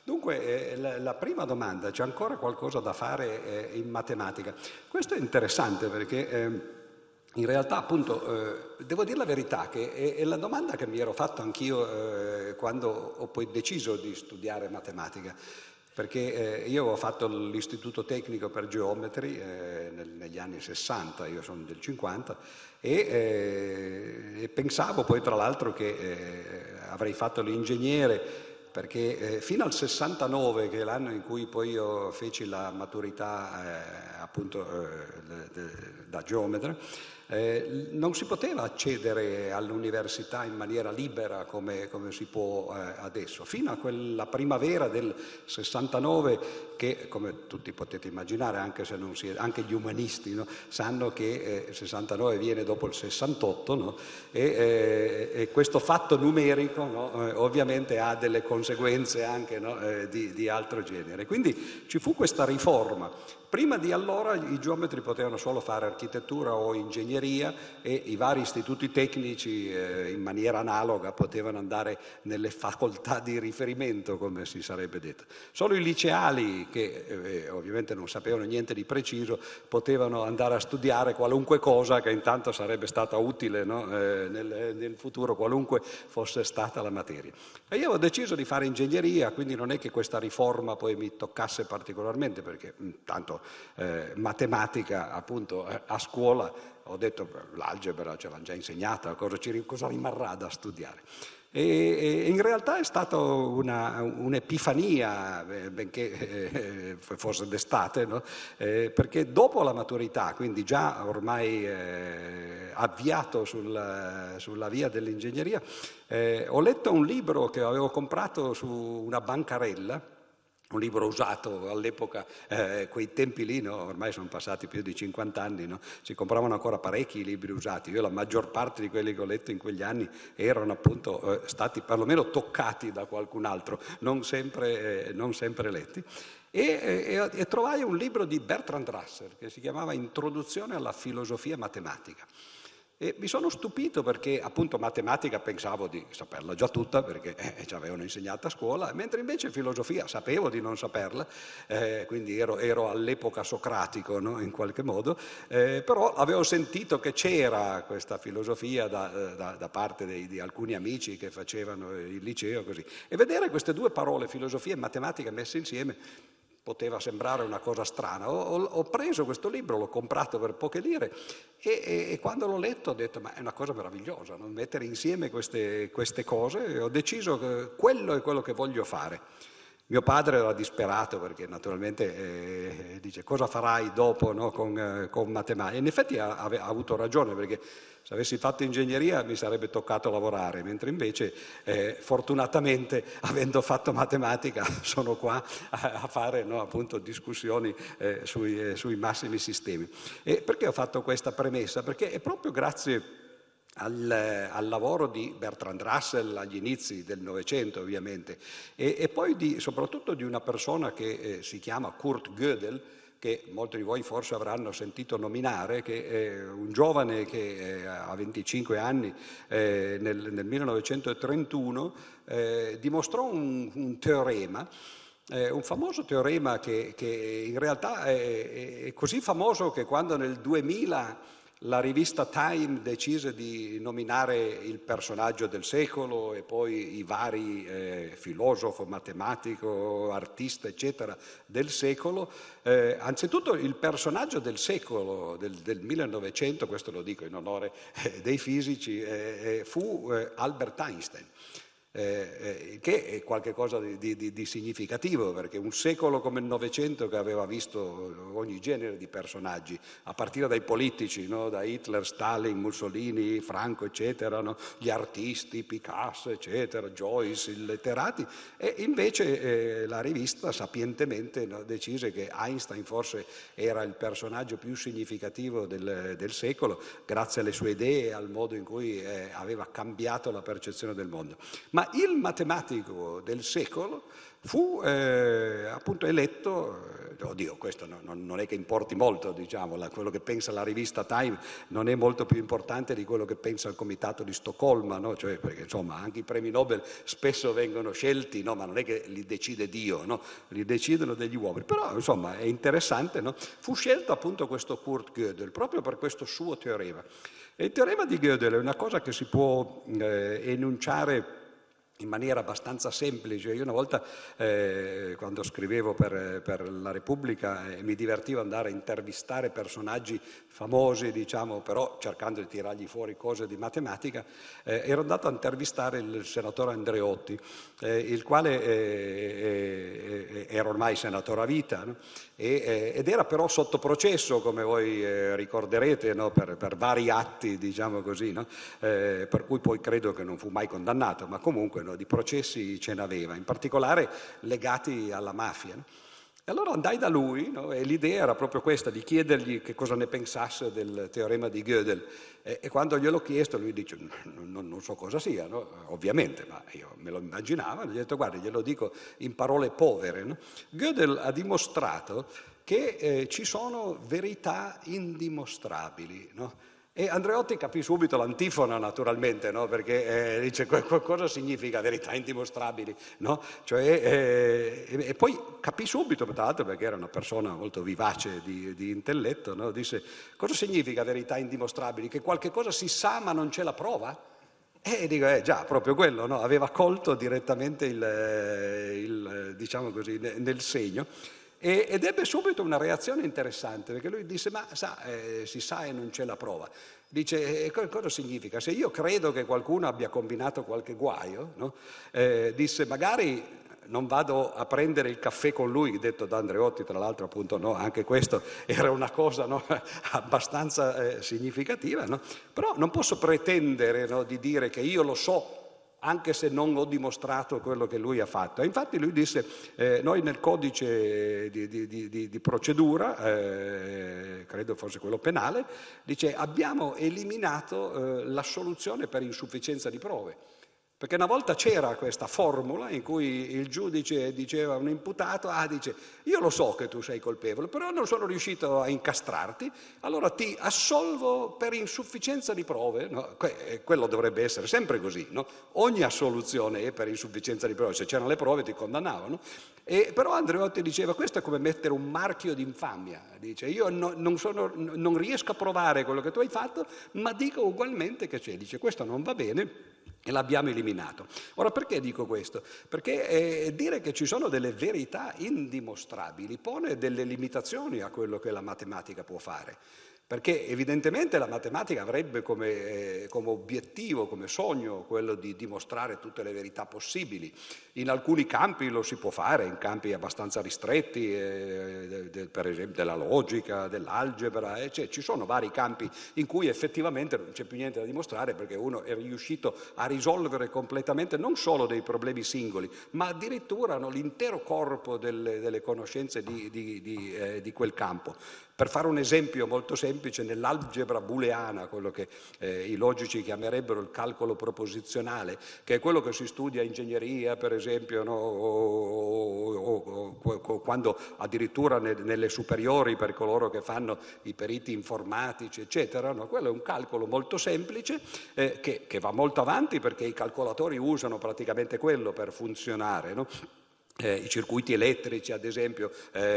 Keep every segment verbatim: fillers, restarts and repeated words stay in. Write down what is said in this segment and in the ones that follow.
Dunque, eh, la, la prima domanda, c'è ancora qualcosa da fare eh, in matematica? Questo è interessante perché eh, in realtà, appunto, eh, devo dire la verità, che è, è la domanda che mi ero fatto anch'io eh, quando ho poi deciso di studiare matematica. Perché eh, io ho fatto l'istituto tecnico per geometri eh, nel- negli anni sessanta, io sono del cinquanta, e, eh, e pensavo poi tra l'altro che eh, avrei fatto l'ingegnere, perché eh, fino al sessantanove, che è l'anno in cui poi io feci la maturità eh, appunto eh, le- de- da geometra, eh, non si poteva accedere all'università in maniera libera come, come si può eh, adesso. Fino a quella primavera del sessantanove, che come tutti potete immaginare, anche se non si è, anche gli umanisti, no, sanno che eh, il sessantanove viene dopo il sessantotto, no, e, eh, e questo fatto numerico, no, eh, ovviamente ha delle conseguenze anche, no, eh, di, di altro genere. Quindi ci fu questa riforma. Prima di allora i geometri potevano solo fare architettura o ingegneria e i vari istituti tecnici eh, in maniera analoga potevano andare nelle facoltà di riferimento, come si sarebbe detto. Solo i liceali, che eh, ovviamente non sapevano niente di preciso, potevano andare a studiare qualunque cosa che intanto sarebbe stata utile, no? eh, nel, nel futuro, qualunque fosse stata la materia. E io ho deciso di fare ingegneria, quindi non è che questa riforma poi mi toccasse particolarmente, perché mh, tanto eh, matematica appunto eh, a scuola ho detto beh, l'algebra ce l'hanno già insegnata, cosa, ci, cosa rimarrà da studiare? E, e in realtà è stata una, un'epifania, eh, benché eh, fosse d'estate, no? Eh, perché dopo la maturità, quindi già ormai eh, avviato sul, sulla via dell'ingegneria, eh, ho letto un libro che avevo comprato su una bancarella, un libro usato all'epoca, eh, quei tempi lì, no? Ormai sono passati più di cinquanta anni, no? Si compravano ancora parecchi libri usati. Io la maggior parte di quelli che ho letto in quegli anni erano appunto eh, stati perlomeno toccati da qualcun altro, non sempre, eh, non sempre letti. E, e, e trovai un libro di Bertrand Russell che si chiamava Introduzione alla filosofia matematica. E mi sono stupito perché appunto matematica pensavo di saperla già tutta perché eh, ci avevano insegnata a scuola, mentre invece filosofia sapevo di non saperla, eh, quindi ero, ero all'epoca socratico, no? In qualche modo, eh, però avevo sentito che c'era questa filosofia da, da, da parte dei, di alcuni amici che facevano il liceo così. E vedere queste due parole, filosofia e matematica, messe insieme, poteva sembrare una cosa strana. Ho, ho, ho preso questo libro, l'ho comprato per poche lire e, e, e quando l'ho letto ho detto ma è una cosa meravigliosa, no? Mettere insieme queste, queste cose, e ho deciso che quello è quello che voglio fare. Mio padre era disperato perché naturalmente eh, dice cosa farai dopo, no, con, eh, con matematica. E in effetti ha, ha avuto ragione perché se avessi fatto ingegneria mi sarebbe toccato lavorare, mentre invece eh, fortunatamente avendo fatto matematica sono qua a, a fare, no, appunto discussioni eh, sui, eh, sui massimi sistemi. E perché ho fatto questa premessa? Perché è proprio grazie Al, al lavoro di Bertrand Russell agli inizi del Novecento ovviamente e, e poi di, soprattutto di una persona che eh, si chiama Kurt Gödel, che molti di voi forse avranno sentito nominare, che è un giovane che eh, a venticinque anni eh, nel, nel millenovecentotrentuno eh, dimostrò un, un teorema. Eh, un famoso teorema che, che in realtà è, è così famoso che quando nel duemila la rivista Time decise di nominare il personaggio del secolo e poi i vari eh, filosofo, matematico, artista, eccetera, del secolo, eh, anzitutto il personaggio del secolo, del, del millenovecento, questo lo dico in onore eh, dei fisici, eh, fu eh, Albert Einstein. Eh, eh, che è qualcosa di, di, di significativo, perché un secolo come il Novecento che aveva visto ogni genere di personaggi, a partire dai politici, no? Da Hitler, Stalin, Mussolini, Franco, eccetera, no? Gli artisti, Picasso, eccetera, Joyce, i letterati, e invece eh, la rivista sapientemente, no, decise che Einstein forse era il personaggio più significativo del, del secolo, grazie alle sue idee e al modo in cui eh, aveva cambiato la percezione del mondo. Ma ma il matematico del secolo fu eh, appunto eletto, eh, oddio, questo no, no, non è che importi molto, diciamo, la, quello che pensa la rivista Time non è molto più importante di quello che pensa il comitato di Stoccolma, no? Cioè, perché insomma anche i premi Nobel spesso vengono scelti, no? Ma non è che li decide Dio, no? Li decidono degli uomini, però insomma è interessante, no? Fu scelto appunto questo Kurt Gödel proprio per questo suo teorema. E il teorema di Gödel è una cosa che si può eh, enunciare in maniera abbastanza semplice. Io una volta eh, quando scrivevo per, per la Repubblica eh, mi divertivo andare a intervistare personaggi famosi, diciamo, però cercando di tirargli fuori cose di matematica, eh, ero andato a intervistare il senatore Andreotti, eh, il quale eh, eh, era ormai senatore a vita, no? e, eh, ed era però sotto processo, come voi eh, ricorderete, no? per, per vari atti, diciamo così, no? eh, per cui poi credo che non fu mai condannato, ma comunque no, di processi ce n'aveva, in particolare legati alla mafia. No? E allora andai da lui, no? E l'idea era proprio questa, di chiedergli che cosa ne pensasse del teorema di Gödel. E, e quando gliel'ho chiesto lui dice, non, non so cosa sia, no? Ovviamente, ma io me lo immaginavo, e gli ho detto, guarda, glielo dico in parole povere. No? Gödel ha dimostrato che eh, ci sono verità indimostrabili, no? E Andreotti capì subito l'antifona, naturalmente, no? Perché eh, dice cosa significa verità indimostrabili, no? Cioè, eh, e poi capì subito, tra l'altro perché era una persona molto vivace di, di intelletto, no? Disse, cosa significa verità indimostrabili? Che qualche cosa si sa ma non c'è la prova? E dico, eh già, proprio quello, no? Aveva colto direttamente il, il diciamo così, nel segno. Ed ebbe subito una reazione interessante, perché lui disse, ma sa, eh, si sa e non c'è la prova. Dice, eh, cosa significa? Se io credo che qualcuno abbia combinato qualche guaio, no? eh, disse, magari non vado a prendere il caffè con lui, detto da Andreotti, tra l'altro appunto no, anche questo era una cosa no, abbastanza eh, significativa, no? Però non posso pretendere no, di dire che io lo so, anche se non ho dimostrato quello che lui ha fatto. E infatti lui disse, eh, noi nel codice di, di, di, di procedura, eh, credo fosse quello penale, dice abbiamo eliminato eh, la soluzione per insufficienza di prove. Perché una volta c'era questa formula in cui il giudice diceva a un imputato, ah dice, io lo so che tu sei colpevole, però non sono riuscito a incastrarti, allora ti assolvo per insufficienza di prove. No? Que- quello dovrebbe essere sempre così, no? Ogni assoluzione è per insufficienza di prove, se c'erano le prove ti condannavano. E, però Andreotti diceva, questo è come mettere un marchio di infamia, dice, io no, non, sono, non riesco a provare quello che tu hai fatto, ma dico ugualmente che c'è, dice, questo non va bene. E l'abbiamo eliminato. Ora perché dico questo? Perché eh, dire che ci sono delle verità indimostrabili pone delle limitazioni a quello che la matematica può fare. Perché evidentemente la matematica avrebbe come, eh, come obiettivo, come sogno, quello di dimostrare tutte le verità possibili. In alcuni campi lo si può fare, in campi abbastanza ristretti, eh, de, de, per esempio della logica, dell'algebra, eh, cioè, ci sono vari campi in cui effettivamente non c'è più niente da dimostrare perché uno è riuscito a risolvere completamente non solo dei problemi singoli, ma addirittura no, l'intero corpo delle, delle conoscenze di, di, di, eh, di quel campo. Per fare un esempio molto semplice, nell'algebra booleana, quello che eh, i logici chiamerebbero il calcolo proposizionale, che è quello che si studia in ingegneria, per esempio, no? o, o, o, o quando addirittura ne, nelle superiori per coloro che fanno i periti informatici, eccetera, no? Quello è un calcolo molto semplice eh, che, che va molto avanti perché i calcolatori usano praticamente quello per funzionare, no? Eh, I circuiti elettrici, ad esempio,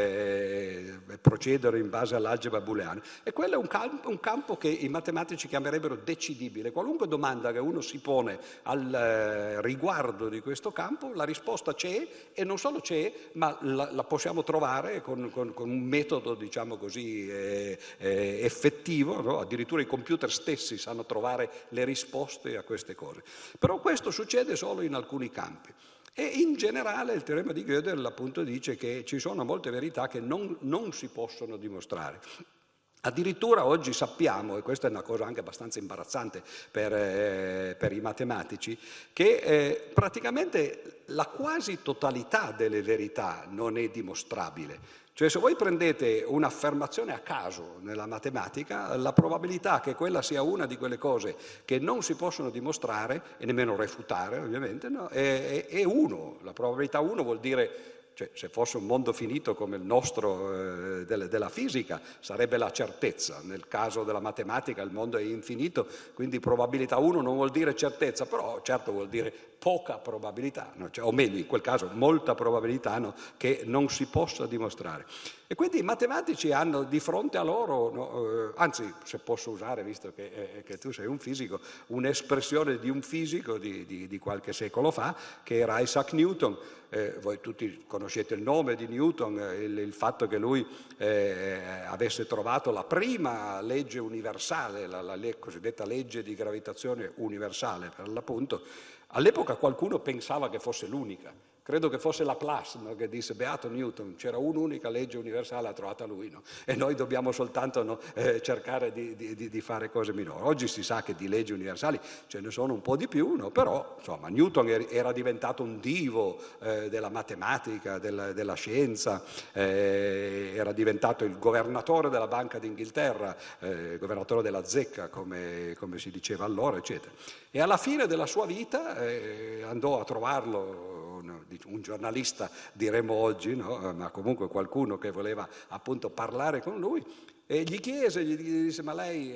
eh, procedono in base all'algebra booleana. E quello è un campo, un campo che i matematici chiamerebbero decidibile. Qualunque domanda che uno si pone al eh, riguardo di questo campo, la risposta c'è, e non solo c'è, ma la, la possiamo trovare con, con, con un metodo, diciamo così, eh, eh, effettivo, no? Addirittura i computer stessi sanno trovare le risposte a queste cose. Però questo succede solo in alcuni campi. E in generale il teorema di Gödel appunto dice che ci sono molte verità che non, non si possono dimostrare. Addirittura oggi sappiamo, e questa è una cosa anche abbastanza imbarazzante per, eh, per i matematici, che eh, praticamente la quasi totalità delle verità non è dimostrabile. Cioè, se voi prendete un'affermazione a caso nella matematica, la probabilità che quella sia una di quelle cose che non si possono dimostrare, e nemmeno refutare ovviamente, no? è, è, è uno. La probabilità uno vuol dire... Cioè, se fosse un mondo finito come il nostro eh, delle, della fisica, sarebbe la certezza. Nel caso della matematica il mondo è infinito, quindi probabilità uno non vuol dire certezza, però certo vuol dire poca probabilità, no? Cioè, o meglio, in quel caso molta probabilità, no? Che non si possa dimostrare. E quindi i matematici hanno di fronte a loro, no? eh, anzi, se posso usare, visto che, eh, che tu sei un fisico, un'espressione di un fisico di, di, di qualche secolo fa, che era Isaac Newton. Eh, voi tutti conoscete il nome di Newton, eh, il, il fatto che lui eh, avesse trovato la prima legge universale, la, la le, cosiddetta legge di gravitazione universale per l'appunto. All'epoca qualcuno pensava che fosse l'unica. Credo che fosse Laplace, no? Che disse beato Newton, c'era un'unica legge universale, l'ha trovata lui, no? E noi dobbiamo soltanto, no, eh, cercare di, di, di fare cose minori. Oggi si sa che di leggi universali ce ne sono un po' di più, no? Però insomma Newton era diventato un divo eh, della matematica, della, della scienza, eh, era diventato il governatore della Banca d'Inghilterra, eh, governatore della zecca come, come si diceva allora, eccetera. E alla fine della sua vita eh, andò a trovarlo un giornalista, diremmo oggi, no? Ma comunque qualcuno che voleva appunto parlare con lui, e gli chiese, gli disse: ma lei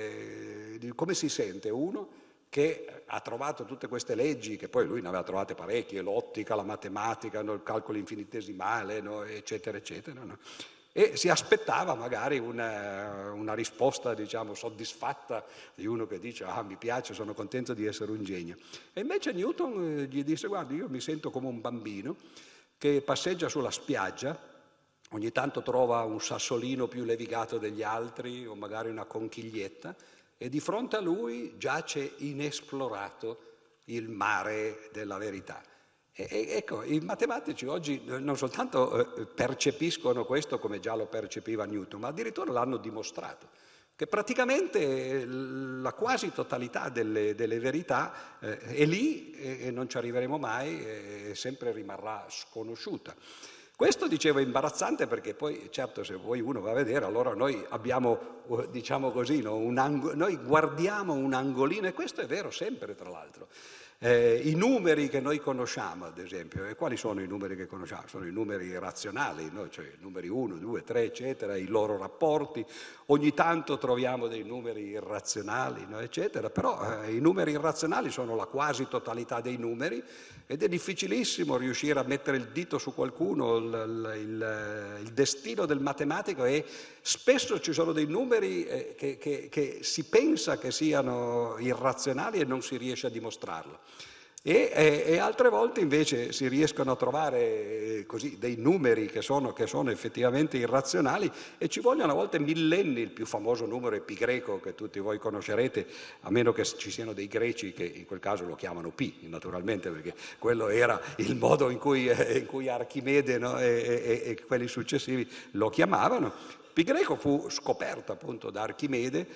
eh, come si sente uno che ha trovato tutte queste leggi, che poi lui ne aveva trovate parecchie, l'ottica, la matematica, no? Il calcolo infinitesimale, no? Eccetera, eccetera, no? E si aspettava magari una, una risposta, diciamo, soddisfatta di uno che dice: ah, mi piace, sono contento di essere un genio. E invece Newton gli disse: guardi, io mi sento come un bambino che passeggia sulla spiaggia, ogni tanto trova un sassolino più levigato degli altri o magari una conchiglietta, e di fronte a lui giace inesplorato il mare della verità. E, ecco, i matematici oggi non soltanto percepiscono questo come già lo percepiva Newton, ma addirittura l'hanno dimostrato, che praticamente la quasi totalità delle, delle verità eh, è lì e non ci arriveremo mai, e sempre rimarrà sconosciuta. Questo, dicevo, è imbarazzante perché poi, certo, se poi uno va a vedere, allora noi abbiamo, diciamo così, no, un ang- noi guardiamo un angolino, e questo è vero sempre, tra l'altro. Eh, I numeri che noi conosciamo, ad esempio, e quali sono i numeri che conosciamo? Sono i numeri razionali, no? Cioè i numeri uno, due, tre, eccetera, i loro rapporti. Ogni tanto troviamo dei numeri irrazionali, no? Eccetera, però eh, i numeri irrazionali sono la quasi totalità dei numeri, ed è difficilissimo riuscire a mettere il dito su qualcuno. Il, il, il destino del matematico è, spesso ci sono dei numeri eh, che, che, che si pensa che siano irrazionali e non si riesce a dimostrarlo. E, e, e altre volte invece si riescono a trovare eh, così dei numeri che sono, che sono effettivamente irrazionali, e ci vogliono a volte millenni. Il più famoso numero è pi greco, che tutti voi conoscerete, a meno che ci siano dei greci che in quel caso lo chiamano pi, naturalmente, perché quello era il modo in cui, eh, in cui Archimede, no? e, e, e quelli successivi lo chiamavano. Pi greco fu scoperto appunto da Archimede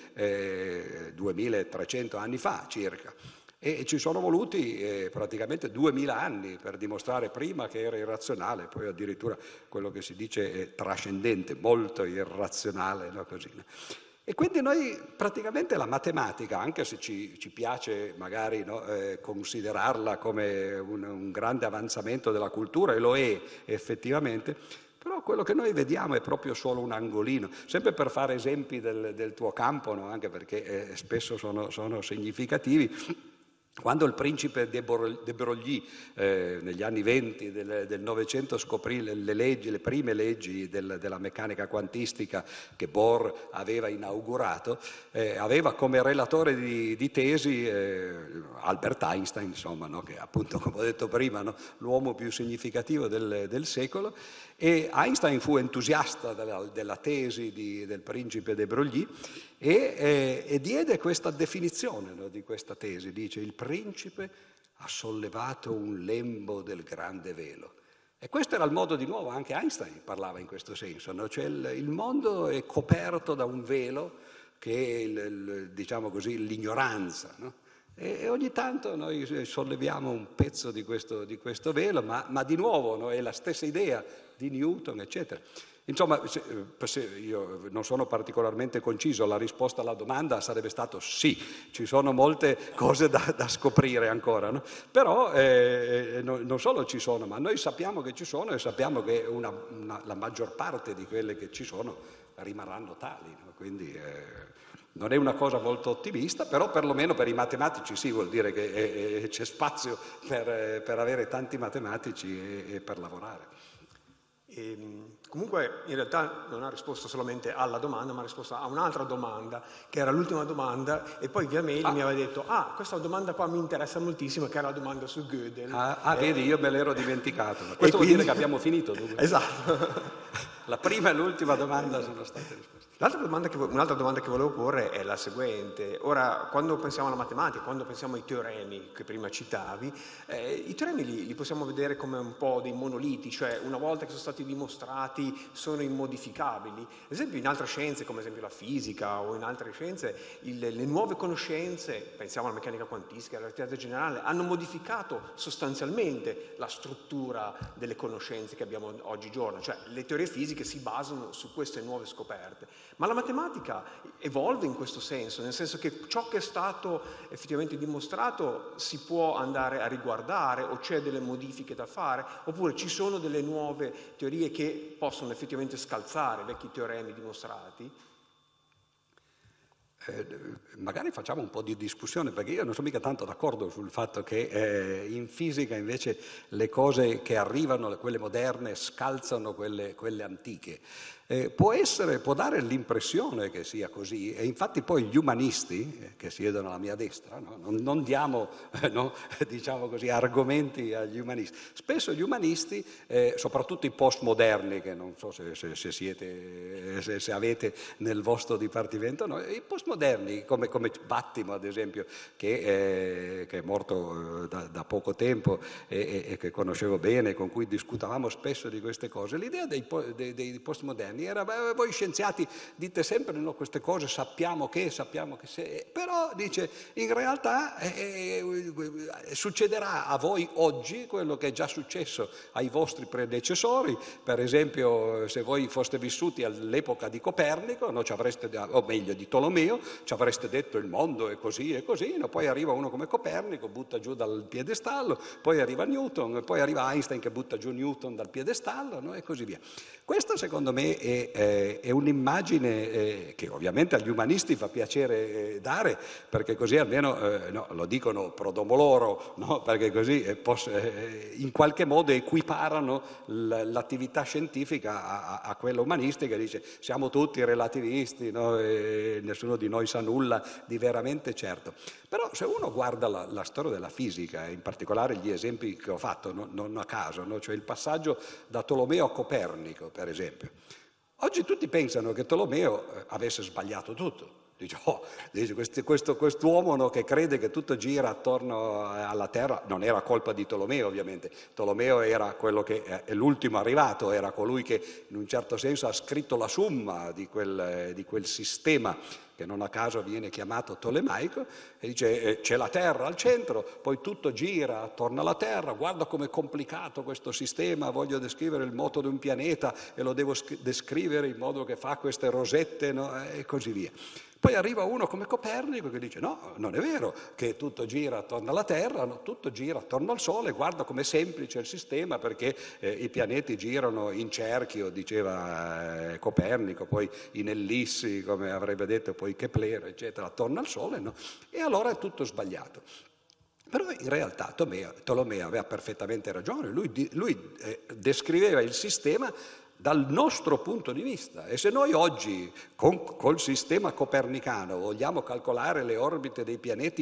eh, duemilatrecento anni fa circa. E ci sono voluti eh, praticamente duemila anni per dimostrare prima che era irrazionale, poi addirittura quello che si dice è trascendente, molto irrazionale, no? Così, no? E quindi noi praticamente la matematica, anche se ci, ci piace magari, no, eh, considerarla come un, un grande avanzamento della cultura, e lo è effettivamente, però quello che noi vediamo è proprio solo un angolino. Sempre per fare esempi del, del tuo campo, no? Anche perché eh, spesso sono, sono significativi. Quando il principe de Broglie eh, negli anni venti del, del Novecento scoprì le, le leggi, le prime leggi del, della meccanica quantistica che Bohr aveva inaugurato, eh, aveva come relatore di, di tesi eh, Albert Einstein, insomma, no? Che appunto, come ho detto prima, no? L'uomo più significativo del, del secolo. E Einstein fu entusiasta della, della tesi di, del principe de Broglie e, eh, e diede questa definizione, no, di questa tesi. Dice: il principe ha sollevato un lembo del grande velo. E questo era il modo, di nuovo, anche Einstein parlava in questo senso, no? Cioè il, il mondo è coperto da un velo che è, il, il, diciamo così, l'ignoranza, no? E, e ogni tanto noi solleviamo un pezzo di questo, di questo velo, ma, ma di nuovo, no? È la stessa idea di Newton, eccetera. Insomma, se, se io non sono particolarmente conciso, la risposta alla domanda sarebbe stato sì, ci sono molte cose da, da scoprire ancora, no? Però eh, no, non solo ci sono, ma noi sappiamo che ci sono e sappiamo che una, una, la maggior parte di quelle che ci sono rimarranno tali, no? Quindi eh, non è una cosa molto ottimista, però perlomeno per i matematici sì, vuol dire che eh, c'è spazio per, per avere tanti matematici e, e per lavorare. E, comunque in realtà non ha risposto solamente alla domanda, ma ha risposto a un'altra domanda, che era l'ultima domanda, e poi via mail ah. mi aveva detto ah, questa domanda qua mi interessa moltissimo, che era la domanda su Gödel. Ah, ah eh, vedi, io me l'ero dimenticato. Ma quindi... questo vuol dire che abbiamo finito, dunque. Esatto. La prima e l'ultima domanda sono state risposte. L'altra domanda che, un'altra domanda che volevo porre è la seguente. Ora, quando pensiamo alla matematica, quando pensiamo ai teoremi che prima citavi, eh, i teoremi li, li possiamo vedere come un po' dei monoliti, cioè una volta che sono stati dimostrati sono immodificabili. Ad esempio in altre scienze, come ad esempio la fisica o in altre scienze, il, le nuove conoscenze, pensiamo alla meccanica quantistica, alla relatividà generale, hanno modificato sostanzialmente la struttura delle conoscenze che abbiamo oggigiorno, cioè le teorie fisiche si basano su queste nuove scoperte. Ma la matematica evolve in questo senso, nel senso che ciò che è stato effettivamente dimostrato si può andare a riguardare o c'è delle modifiche da fare, oppure ci sono delle nuove teorie che possono effettivamente scalzare vecchi teoremi dimostrati? Eh, magari facciamo un po' di discussione, perché io non sono mica tanto d'accordo sul fatto che eh, in fisica invece le cose che arrivano, quelle moderne, scalzano quelle, quelle antiche. Eh, può essere, può dare l'impressione che sia così, e infatti poi gli umanisti, eh, che siedono alla mia destra, no? non, non diamo eh, no? diciamo così, argomenti agli umanisti. Spesso gli umanisti, eh, soprattutto i postmoderni, che non so se, se, se siete, se, se avete nel vostro dipartimento, no? I postmoderni, come, come Battimo ad esempio, che, eh, che è morto da, da poco tempo e, e, e che conoscevo bene, con cui discutavamo spesso di queste cose, l'idea dei, dei, dei postmoderni era, beh, voi scienziati dite sempre no, queste cose, sappiamo che, sappiamo che se... Però dice, in realtà eh, eh, succederà a voi oggi quello che è già successo ai vostri predecessori. Per esempio, se voi foste vissuti all'epoca di Copernico, no, ci avreste, o meglio di Tolomeo, ci avreste detto il mondo è così e così, no? Poi arriva uno come Copernico, butta giù dal piedestallo, poi arriva Newton, poi arriva Einstein che butta giù Newton dal piedestallo, no? E così via. Questa secondo me è È, è, è un'immagine eh, che ovviamente agli umanisti fa piacere eh, dare, perché così almeno eh, no, lo dicono pro domo loro, no? Perché così eh, posso, eh, in qualche modo equiparano l'attività scientifica a, a quella umanistica, dice siamo tutti relativisti, no? E nessuno di noi sa nulla di veramente certo. Però se uno guarda la, la storia della fisica, in particolare gli esempi che ho fatto, no, non a caso, no? Cioè il passaggio da Tolomeo a Copernico per esempio. Oggi tutti pensano che Tolomeo avesse sbagliato tutto. Dice, oh, dice questo, questo, quest'uomo no, che crede che tutto gira attorno alla Terra, non era colpa di Tolomeo ovviamente. Tolomeo era quello che è l'ultimo arrivato, era colui che in un certo senso ha scritto la summa di quel, di quel sistema che non a caso viene chiamato tolemaico, e dice eh, c'è la Terra al centro, poi tutto gira attorno alla Terra, guarda com'è complicato questo sistema, voglio descrivere il moto di un pianeta e lo devo descrivere in modo che fa queste rosette, no? E così via. Poi arriva uno come Copernico che dice no, non è vero che tutto gira attorno alla Terra, no, tutto gira attorno al Sole, guarda com'è semplice il sistema perché eh, i pianeti girano in cerchio, diceva eh, Copernico, poi in ellissi, come avrebbe detto poi Kepler, eccetera, attorno al Sole, no? E allora è tutto sbagliato. Però in realtà Tolomeo, Tolomeo aveva perfettamente ragione, lui, lui eh, descriveva il sistema dal nostro punto di vista, e se noi oggi con, col sistema copernicano vogliamo calcolare le orbite dei pianeti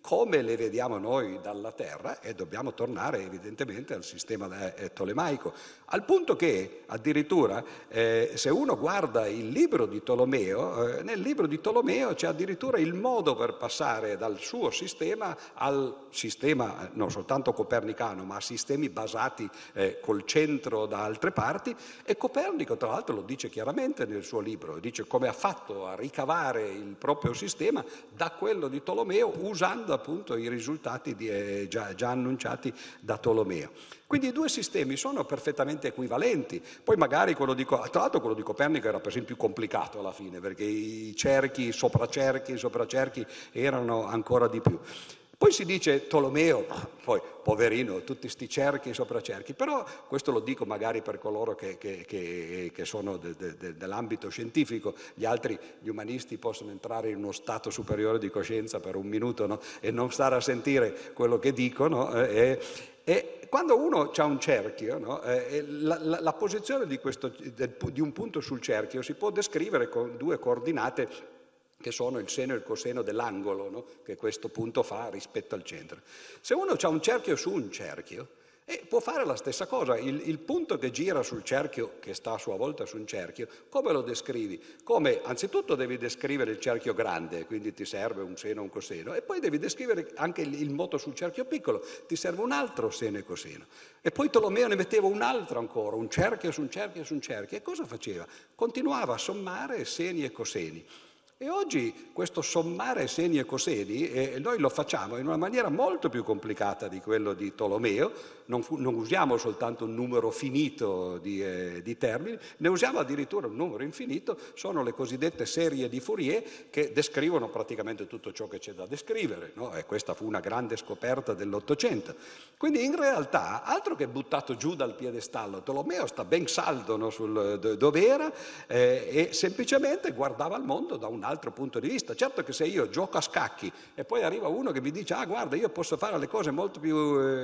come le vediamo noi dalla Terra, e dobbiamo tornare evidentemente al sistema eh, tolemaico, al punto che addirittura eh, se uno guarda il libro di Tolomeo, eh, nel libro di Tolomeo c'è addirittura il modo per passare dal suo sistema al sistema non soltanto copernicano, ma a sistemi basati eh, col centro da altre parti, e Copernico tra l'altro lo dice chiaramente nel suo libro, dice come ha fatto a ricavare il proprio sistema da quello di Tolomeo, usando appunto i risultati di, eh, già, già annunciati da Tolomeo. Quindi i due sistemi sono perfettamente equivalenti. Poi magari quello di, tra l'altro quello di Copernico era per esempio più complicato alla fine, perché i cerchi, i sopracerchi, i sopracerchi erano ancora di più. Poi si dice Tolomeo, poi poverino, tutti sti cerchi e sopracerchi, però questo lo dico magari per coloro che, che, che, che sono de, de, de, dell'ambito scientifico, gli altri, gli umanisti possono entrare in uno stato superiore di coscienza per un minuto, no? E non stare a sentire quello che dicono. Eh, e quando uno ha un cerchio, no? eh, la, la, la posizione di, questo, del, di un punto sul cerchio si può descrivere con due coordinate che sono il seno e il coseno dell'angolo, no? Che questo punto fa rispetto al centro. Se uno ha un cerchio su un cerchio, eh, può fare la stessa cosa. Il, il punto che gira sul cerchio, che sta a sua volta su un cerchio, come lo descrivi? Come, anzitutto devi descrivere il cerchio grande, quindi ti serve un seno e un coseno, e poi devi descrivere anche il, il moto sul cerchio piccolo, ti serve un altro seno e coseno. E poi Tolomeo ne metteva un altro ancora, un cerchio su un cerchio su un cerchio. E cosa faceva? Continuava a sommare seni e coseni. E oggi questo sommare seni e coseni eh, noi lo facciamo in una maniera molto più complicata di quello di Tolomeo, non, fu, non usiamo soltanto un numero finito di, eh, di termini, ne usiamo addirittura un numero infinito, sono le cosiddette serie di Fourier che descrivono praticamente tutto ciò che c'è da descrivere, no? E questa fu una grande scoperta dell'Ottocento. Quindi in realtà, altro che buttato giù dal piedestallo, Tolomeo sta ben saldo, no, sul, dove era eh, e semplicemente guardava il mondo da un altro punto di vista. Certo che se io gioco a scacchi e poi arriva uno che mi dice ah guarda io posso fare le cose molto più,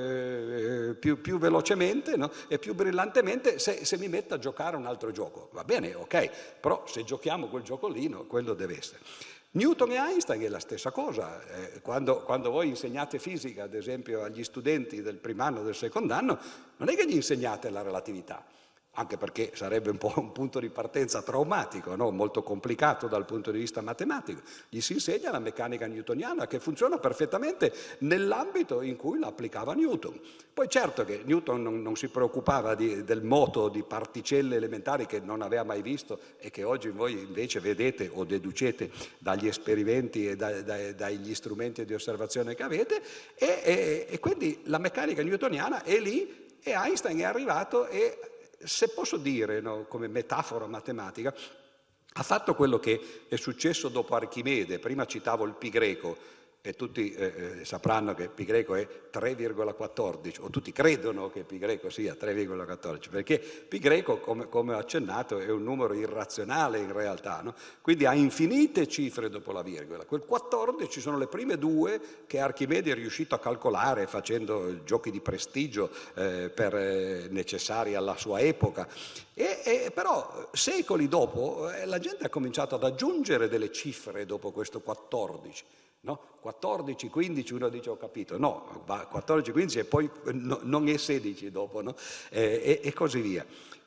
eh, più, più velocemente, no? E più brillantemente se, se mi metto a giocare un altro gioco, va bene, ok, però se giochiamo quel gioco lì, no, quello deve essere. Newton e Einstein è la stessa cosa, eh, quando, quando voi insegnate fisica ad esempio agli studenti del primo anno, del secondo anno, non è che gli insegnate la relatività, anche perché sarebbe un po' un punto di partenza traumatico, no? Molto complicato dal punto di vista matematico. Gli si insegna la meccanica newtoniana che funziona perfettamente nell'ambito in cui la applicava Newton. Poi certo che Newton non, non si preoccupava di, del moto di particelle elementari che non aveva mai visto e che oggi voi invece vedete o deducete dagli esperimenti e da, da, dagli strumenti di osservazione che avete, e, e, e quindi la meccanica newtoniana è lì e Einstein è arrivato e, se posso dire, no, come metafora matematica, ha fatto quello che è successo dopo Archimede. Prima citavo il pi greco e tutti eh, sapranno che pi greco è tre virgola quattordici, o tutti credono che pi greco sia tre virgola quattordici, perché pi greco, come, come ho accennato, è un numero irrazionale in realtà, no? Quindi ha infinite cifre dopo la virgola. Quel quattordici sono le prime due che Archimede è riuscito a calcolare facendo giochi di prestigio eh, per, eh, necessari alla sua epoca. E, e, però secoli dopo eh, la gente ha cominciato ad aggiungere delle cifre dopo questo quattordici. No? quattordici, quindici, uno dice ho capito, no, quattordici, quindici e poi no, non è sedici dopo, no? e, e, e così via.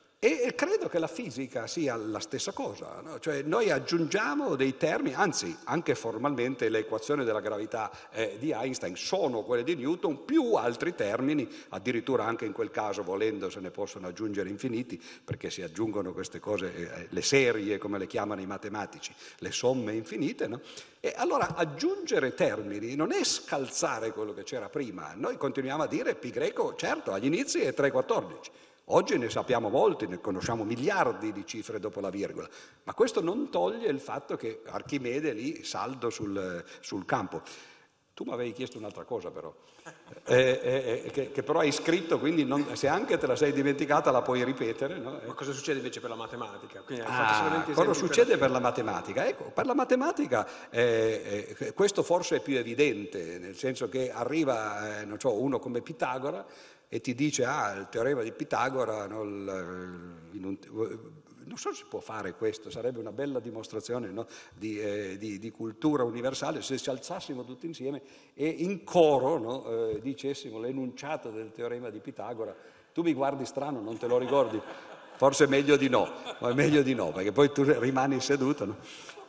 E credo che la fisica sia la stessa cosa, no? Cioè noi aggiungiamo dei termini, anzi anche formalmente le equazioni della gravità eh, di Einstein sono quelle di Newton più altri termini, addirittura anche in quel caso volendo se ne possono aggiungere infiniti perché si aggiungono queste cose, eh, le serie come le chiamano i matematici, le somme infinite, no? E allora aggiungere termini non è scalzare quello che c'era prima, noi continuiamo a dire pi greco certo agli inizi è tre virgola quattordici. Oggi ne sappiamo molti, ne conosciamo miliardi di cifre dopo la virgola, ma questo non toglie il fatto che Archimede lì saldo sul, sul campo. Tu mi avevi chiesto un'altra cosa però, eh, eh, che, che però hai scritto, quindi non, se anche te la sei dimenticata la puoi ripetere. No? Ma cosa succede invece per la matematica? Quindi, ah, cosa succede per, per la matematica? Ecco, per la matematica eh, eh, questo forse è più evidente, nel senso che arriva eh, non so, uno come Pitagora e ti dice, ah, il teorema di Pitagora, no, il, in un, non so se si può fare questo, sarebbe una bella dimostrazione, no? di, eh, di, di cultura universale, se ci alzassimo tutti insieme e in coro, no? eh, dicessimo l'enunciato del teorema di Pitagora. Tu mi guardi strano, non te lo ricordi? Forse è meglio di no, ma è meglio di no, perché poi tu rimani seduto, no?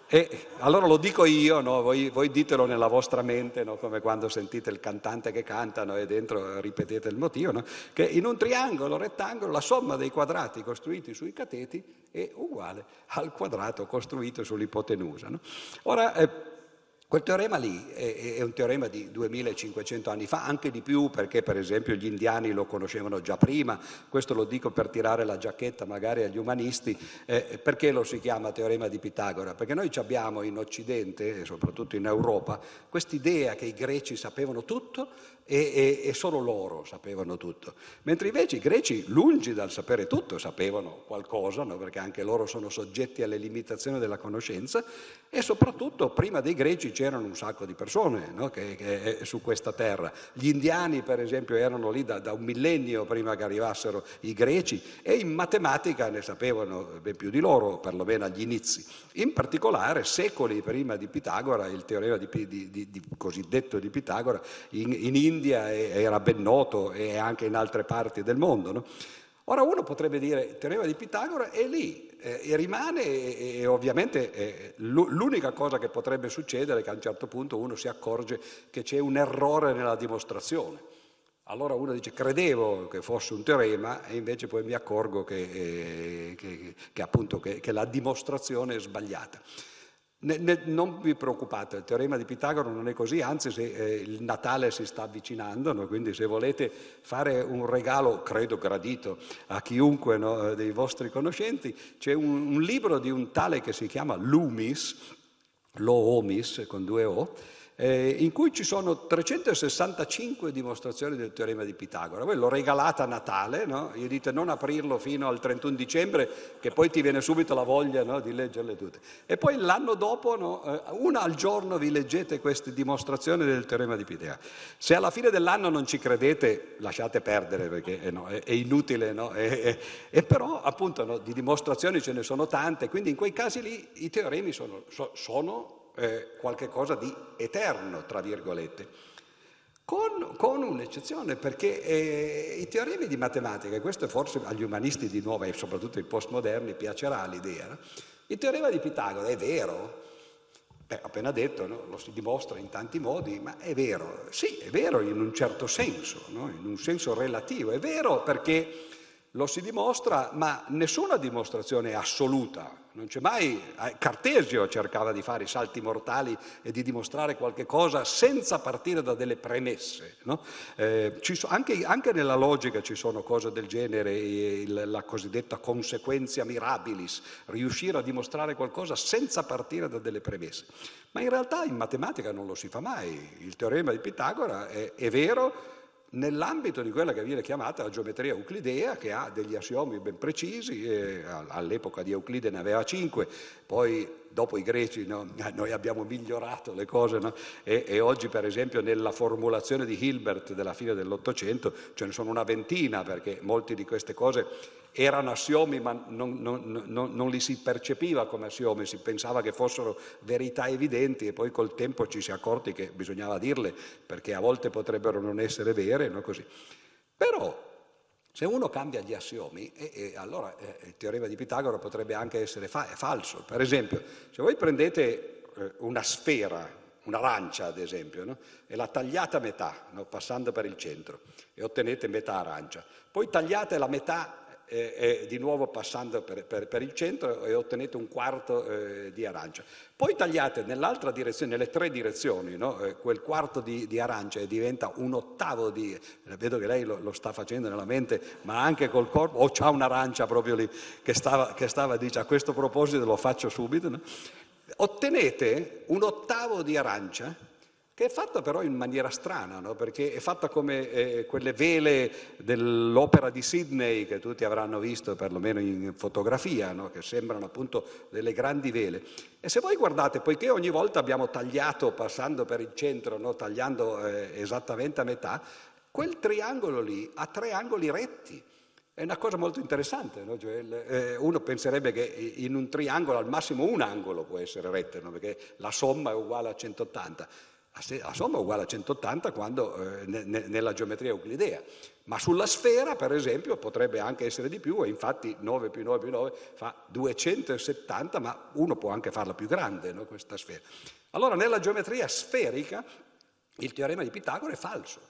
E allora lo dico io, no? voi, voi ditelo nella vostra mente, no? Come quando sentite il cantante che canta, no? E dentro ripetete il motivo, no? Che in un triangolo rettangolo la somma dei quadrati costruiti sui cateti è uguale al quadrato costruito sull'ipotenusa. No? Ora, eh, quel teorema lì è, è un teorema di duemilacinquecento anni fa, anche di più, perché per esempio gli indiani lo conoscevano già prima. Questo lo dico per tirare la giacchetta magari agli umanisti. Eh, perché lo si chiama teorema di Pitagora? Perché noi abbiamo in Occidente, e soprattutto in Europa, quest'idea che i greci sapevano tutto e, e, e solo loro sapevano tutto, mentre invece i greci, lungi dal sapere tutto, sapevano qualcosa, no? Perché anche loro sono soggetti alle limitazioni della conoscenza, e soprattutto prima dei greci c'erano un sacco di persone, no? che, che su questa terra. Gli indiani per esempio erano lì da, da un millennio prima che arrivassero i greci, e in matematica ne sapevano ben più di loro, perlomeno agli inizi. In particolare secoli prima di Pitagora, il teorema di, di, di, di cosiddetto di Pitagora in, in India era ben noto, e anche in altre parti del mondo, no? Ora uno potrebbe dire il teorema di Pitagora è lì eh, e rimane, e, e ovviamente eh, l'unica cosa che potrebbe succedere è che a un certo punto uno si accorge che c'è un errore nella dimostrazione. Allora uno dice credevo che fosse un teorema e invece poi mi accorgo che, eh, che, che, appunto, che, che la dimostrazione è sbagliata. Ne, ne, non vi preoccupate, il teorema di Pitagora non è così, anzi se, eh, il Natale si sta avvicinando, no? Quindi se volete fare un regalo, credo gradito, a chiunque, no, dei vostri conoscenti, c'è un, un libro di un tale che si chiama Loomis, Loomis con due O, eh, in cui ci sono trecentosessantacinque dimostrazioni del teorema di Pitagora. Voi l'ho regalata a Natale, no? Gli dite non aprirlo fino al trentuno dicembre, che poi ti viene subito la voglia, no? Di leggerle tutte. E poi l'anno dopo, no? Una al giorno vi leggete queste dimostrazioni del teorema di Pitagora. Se alla fine dell'anno non ci credete, lasciate perdere, perché eh, no, è, è inutile, no? E, e, e però appunto, no, di dimostrazioni ce ne sono tante, quindi in quei casi lì i teoremi sono, so, sono Eh, qualche cosa di eterno, tra virgolette, con, con un'eccezione, perché eh, i teoremi di matematica, e questo forse agli umanisti di nuovo e soprattutto ai postmoderni piacerà l'idea, no? Il teorema di Pitagora è vero? Beh, appena detto, no? Lo si dimostra in tanti modi, ma è vero? Sì, è vero in un certo senso, no? In un senso relativo, è vero perché lo si dimostra, ma nessuna dimostrazione è assoluta. Non c'è mai. Cartesio cercava di fare i salti mortali e di dimostrare qualche cosa senza partire da delle premesse, no? Eh, ci so, anche, anche nella logica ci sono cose del genere, il, la cosiddetta consequentia mirabilis, riuscire a dimostrare qualcosa senza partire da delle premesse. Ma in realtà in matematica non lo si fa mai. Il teorema di Pitagora è, è vero nell'ambito di quella che viene chiamata la geometria euclidea, che ha degli assiomi ben precisi, eh, all'epoca di Euclide ne aveva cinque, poi dopo i greci, no, noi abbiamo migliorato le cose, no? e, e oggi per esempio nella formulazione di Hilbert della fine dell'Ottocento ce ne sono una ventina, perché molte di queste cose erano assiomi ma non, non, non, non li si percepiva come assiomi, si pensava che fossero verità evidenti, e poi col tempo ci si è accorti che bisognava dirle perché a volte potrebbero non essere vere, no? Così. Però se uno cambia gli assiomi, e, e allora eh, il teorema di Pitagora potrebbe anche essere fa- falso. Per esempio, se voi prendete eh, una sfera, un'arancia ad esempio, no? E la tagliate a metà, no? Passando per il centro, e ottenete metà arancia, poi tagliate la metà E, e di nuovo passando per, per, per il centro, e ottenete un quarto eh, di arancia. Poi tagliate nell'altra direzione, nelle tre direzioni, no? eh, quel quarto di, di arancia, e diventa un ottavo di... Vedo che lei lo, lo sta facendo nella mente, ma anche col corpo, o c'ha un'arancia proprio lì che stava, che stava dice a questo proposito lo faccio subito, no? Ottenete un ottavo di arancia, che è fatta però in maniera strana, no? Perché è fatta come eh, quelle vele dell'opera di Sydney che tutti avranno visto perlomeno in fotografia, no? Che sembrano appunto delle grandi vele. E se voi guardate, poiché ogni volta abbiamo tagliato passando per il centro, no? Tagliando eh, esattamente a metà, quel triangolo lì ha tre angoli retti. È una cosa molto interessante, no? Cioè, eh, uno penserebbe che in un triangolo al massimo un angolo può essere retto, no? Perché la somma è uguale a centottanta. La somma è uguale a centottanta quando, eh, ne, nella geometria euclidea, ma sulla sfera, per esempio, potrebbe anche essere di più, e infatti nove più nove più nove fa duecentosettanta, ma uno può anche farla più grande, no? Questa sfera. Allora, nella geometria sferica il teorema di Pitagora è falso.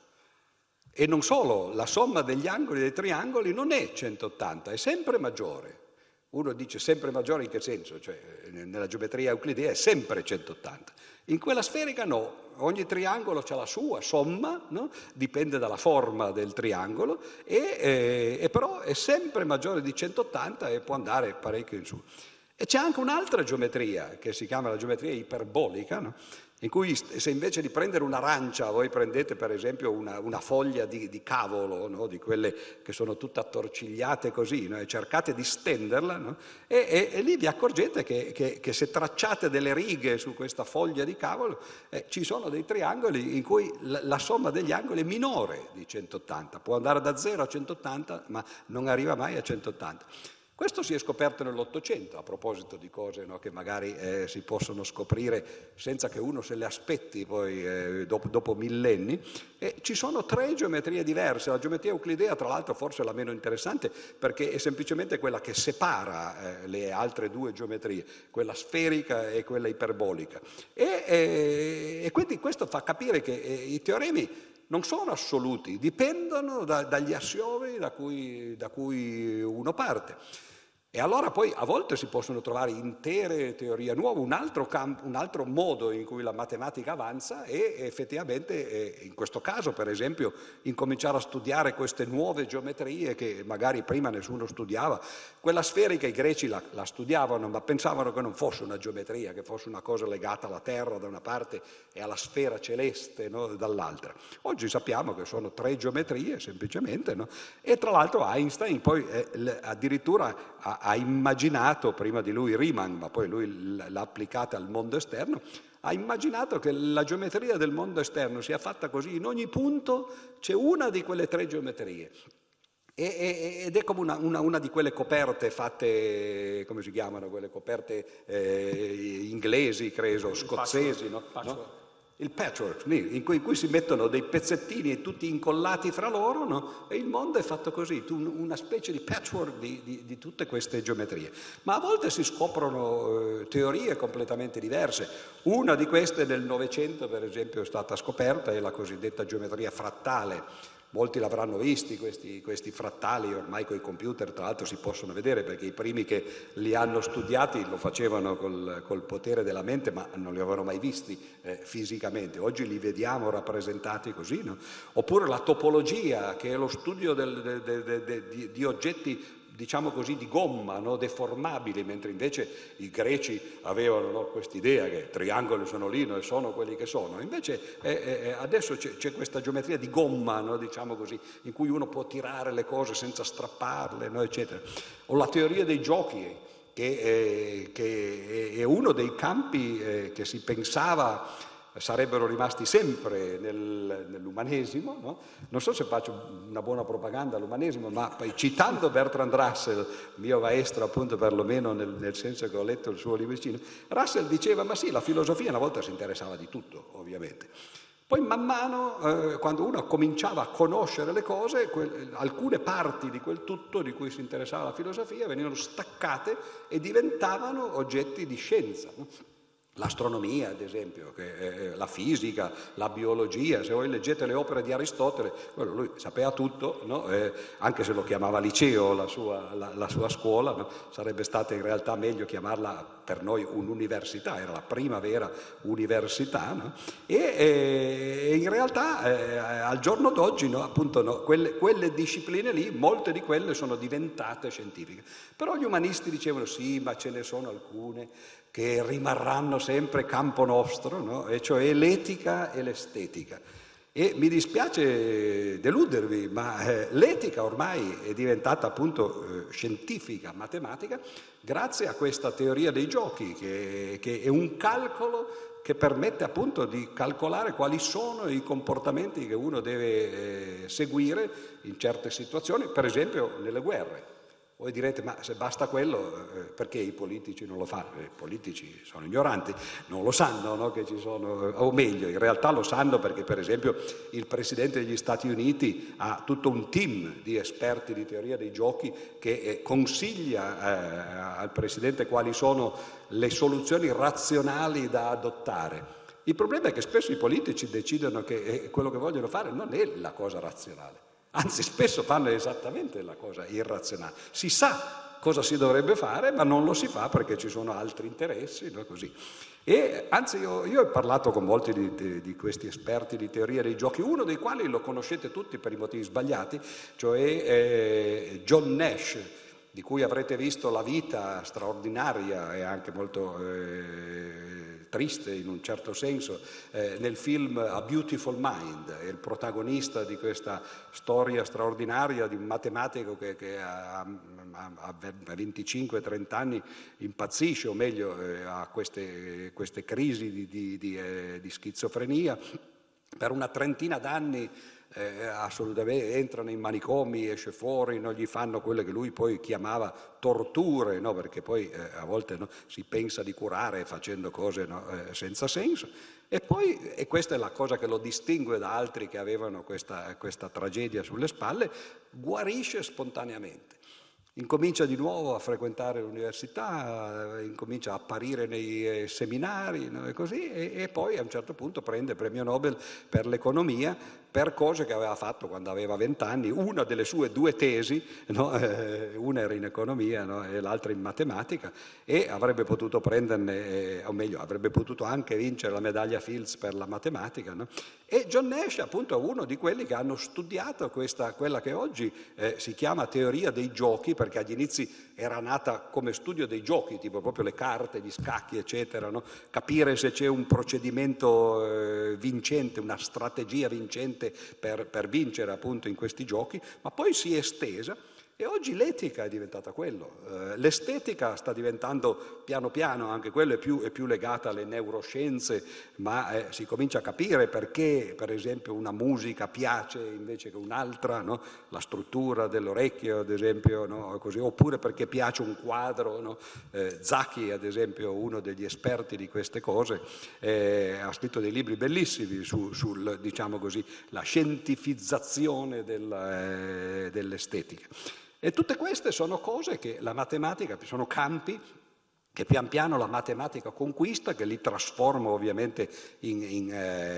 E non solo, la somma degli angoli dei triangoli non è centottanta, è sempre maggiore. Uno dice sempre maggiore in che senso? Cioè, nella geometria euclidea è sempre centottanta. In quella sferica no, ogni triangolo ha la sua somma, no? Dipende dalla forma del triangolo, e, eh, e però è sempre maggiore di centottanta e può andare parecchio in su. E c'è anche un'altra geometria, che si chiama la geometria iperbolica, no? In cui se invece di prendere un'arancia voi prendete per esempio una, una foglia di, di cavolo, no? Di quelle che sono tutte attorcigliate così, no? E cercate di stenderla, no? e, e, e lì vi accorgete che, che, che se tracciate delle righe su questa foglia di cavolo eh, ci sono dei triangoli in cui la, la somma degli angoli è minore di centottanta, può andare da zero a centottanta ma non arriva mai a centottanta. Questo si è scoperto nell'Ottocento, a proposito di cose, no, che magari eh, si possono scoprire senza che uno se le aspetti poi eh, dopo, dopo millenni. E ci sono tre geometrie diverse. La geometria euclidea, tra l'altro, forse è la meno interessante perché è semplicemente quella che separa eh, le altre due geometrie, quella sferica e quella iperbolica. E, e, e quindi questo fa capire che eh, i teoremi non sono assoluti, dipendono da, dagli assiomi da cui, da cui uno parte. E allora poi a volte si possono trovare intere teorie nuove, un altro, campo, un altro modo in cui la matematica avanza è effettivamente, in questo caso per esempio, incominciare a studiare queste nuove geometrie che magari prima nessuno studiava. Quella sferica i greci la, la studiavano, ma pensavano che non fosse una geometria, che fosse una cosa legata alla terra da una parte e alla sfera celeste, no, dall'altra. Oggi sappiamo che sono tre geometrie semplicemente, no? E tra l'altro Einstein poi eh, addirittura ha ha immaginato, prima di lui Riemann, ma poi lui l'ha applicata al mondo esterno, ha immaginato che la geometria del mondo esterno sia fatta così, in ogni punto c'è una di quelle tre geometrie. Ed è come una, una, una di quelle coperte fatte, come si chiamano, quelle coperte eh, inglesi, credo, scozzesi, no? no? Il patchwork, in cui, in cui si mettono dei pezzettini tutti incollati fra loro, no? E il mondo è fatto così, una specie di patchwork di, di, di tutte queste geometrie. Ma a volte si scoprono eh, teorie completamente diverse. Una di queste nel Novecento, per esempio, è stata scoperta, è la cosiddetta geometria frattale. Molti l'avranno visti, questi, questi frattali, ormai con i computer tra l'altro si possono vedere, perché i primi che li hanno studiati lo facevano col, col potere della mente, ma non li avevano mai visti eh, fisicamente. Oggi li vediamo rappresentati così, no? Oppure la topologia, che è lo studio del, de, de, de, de, di, di oggetti, diciamo così, di gomma, no? Deformabili, mentre invece i greci avevano, no, quest'idea che triangoli sono lì, no? E sono quelli che sono. Invece eh, eh, adesso c'è, c'è questa geometria di gomma, no? Diciamo così, in cui uno può tirare le cose senza strapparle, no? Eccetera. O la teoria dei giochi, che, eh, che è uno dei campi eh, che si pensava sarebbero rimasti sempre nel, nell'umanesimo, no? Non so se faccio una buona propaganda all'umanesimo, ma poi, citando Bertrand Russell, mio maestro appunto perlomeno nel, nel senso che ho letto il suo libricino, Russell diceva, ma sì, la filosofia una volta si interessava di tutto, ovviamente. Poi man mano, eh, quando uno cominciava a conoscere le cose, quel, alcune parti di quel tutto di cui si interessava la filosofia venivano staccate e diventavano oggetti di scienza, no? L'astronomia, ad esempio, che è la fisica, la biologia. Se voi leggete le opere di Aristotele, bueno, lui sapeva tutto, no? eh, anche se lo chiamava liceo la sua, la, la sua scuola, no? Sarebbe stata in realtà meglio chiamarla per noi un'università, era la prima vera università, no? e, e in realtà eh, al giorno d'oggi, no, appunto, no, quelle, quelle discipline lì, molte di quelle sono diventate scientifiche. Però gli umanisti dicevano sì, ma ce ne sono alcune che rimarranno sempre campo nostro, no? E cioè l'etica e l'estetica. E mi dispiace deludervi, ma eh, l'etica ormai è diventata appunto eh, scientifica, matematica, grazie a questa teoria dei giochi, che, che è un calcolo che permette appunto di calcolare quali sono i comportamenti che uno deve eh, seguire in certe situazioni, per esempio nelle guerre. Voi direte, ma se basta quello, eh, perché i politici non lo fanno? I politici sono ignoranti, non lo sanno, no, che ci sono, o meglio, in realtà lo sanno perché per esempio il Presidente degli Stati Uniti ha tutto un team di esperti di teoria dei giochi che eh, consiglia eh, al Presidente quali sono le soluzioni razionali da adottare. Il problema è che spesso i politici decidono che eh, quello che vogliono fare non è la cosa razionale. Anzi, spesso fanno esattamente la cosa irrazionale. Si sa cosa si dovrebbe fare, ma non lo si fa perché ci sono altri interessi, no? Così. E anzi, io, io ho parlato con molti di, di, di questi esperti di teoria dei giochi, uno dei quali lo conoscete tutti per i motivi sbagliati, cioè eh, John Nash, di cui avrete visto la vita straordinaria e anche molto eh, triste in un certo senso eh, nel film A Beautiful Mind. È il protagonista di questa storia straordinaria di un matematico che, che a, a, a venticinque trenta anni impazzisce, o meglio eh, ha queste, queste crisi di, di, di, eh, di schizofrenia. Per una trentina d'anni Eh, assolutamente entra nei manicomi, esce fuori, non gli fanno quelle che lui poi chiamava torture, no? Perché poi eh, a volte no, si pensa di curare facendo cose no, eh, senza senso. E poi, e questa è la cosa che lo distingue da altri che avevano questa, questa tragedia sulle spalle, guarisce spontaneamente. Incomincia di nuovo a frequentare l'università, incomincia a apparire nei eh, seminari, no? E così, e, e poi a un certo punto prende il premio Nobel per l'economia per cose che aveva fatto quando aveva vent'anni. Una delle sue due tesi, no? eh, una era in economia, no? E l'altra in matematica, e avrebbe potuto prenderne, eh, o meglio, avrebbe potuto anche vincere la medaglia Fields per la matematica, no? E John Nash appunto è uno di quelli che hanno studiato questa, quella che oggi eh, si chiama teoria dei giochi, perché agli inizi era nata come studio dei giochi, tipo proprio le carte, gli scacchi, eccetera, no? Capire se c'è un procedimento eh, vincente, una strategia vincente per, per vincere appunto in questi giochi, ma poi si è estesa. E oggi l'etica è diventata quello, eh, l'estetica sta diventando piano piano, anche quello è più, è più legata alle neuroscienze, ma eh, si comincia a capire perché per esempio una musica piace invece che un'altra, no? La struttura dell'orecchio ad esempio, no? Così, oppure perché piace un quadro, no? eh, Zaki ad esempio, uno degli esperti di queste cose, eh, ha scritto dei libri bellissimi su, sul, diciamo così, la scientificizzazione del, eh, dell'estetica. E tutte queste sono cose che la matematica, sono campi che pian piano la matematica conquista, che li trasforma ovviamente in, in,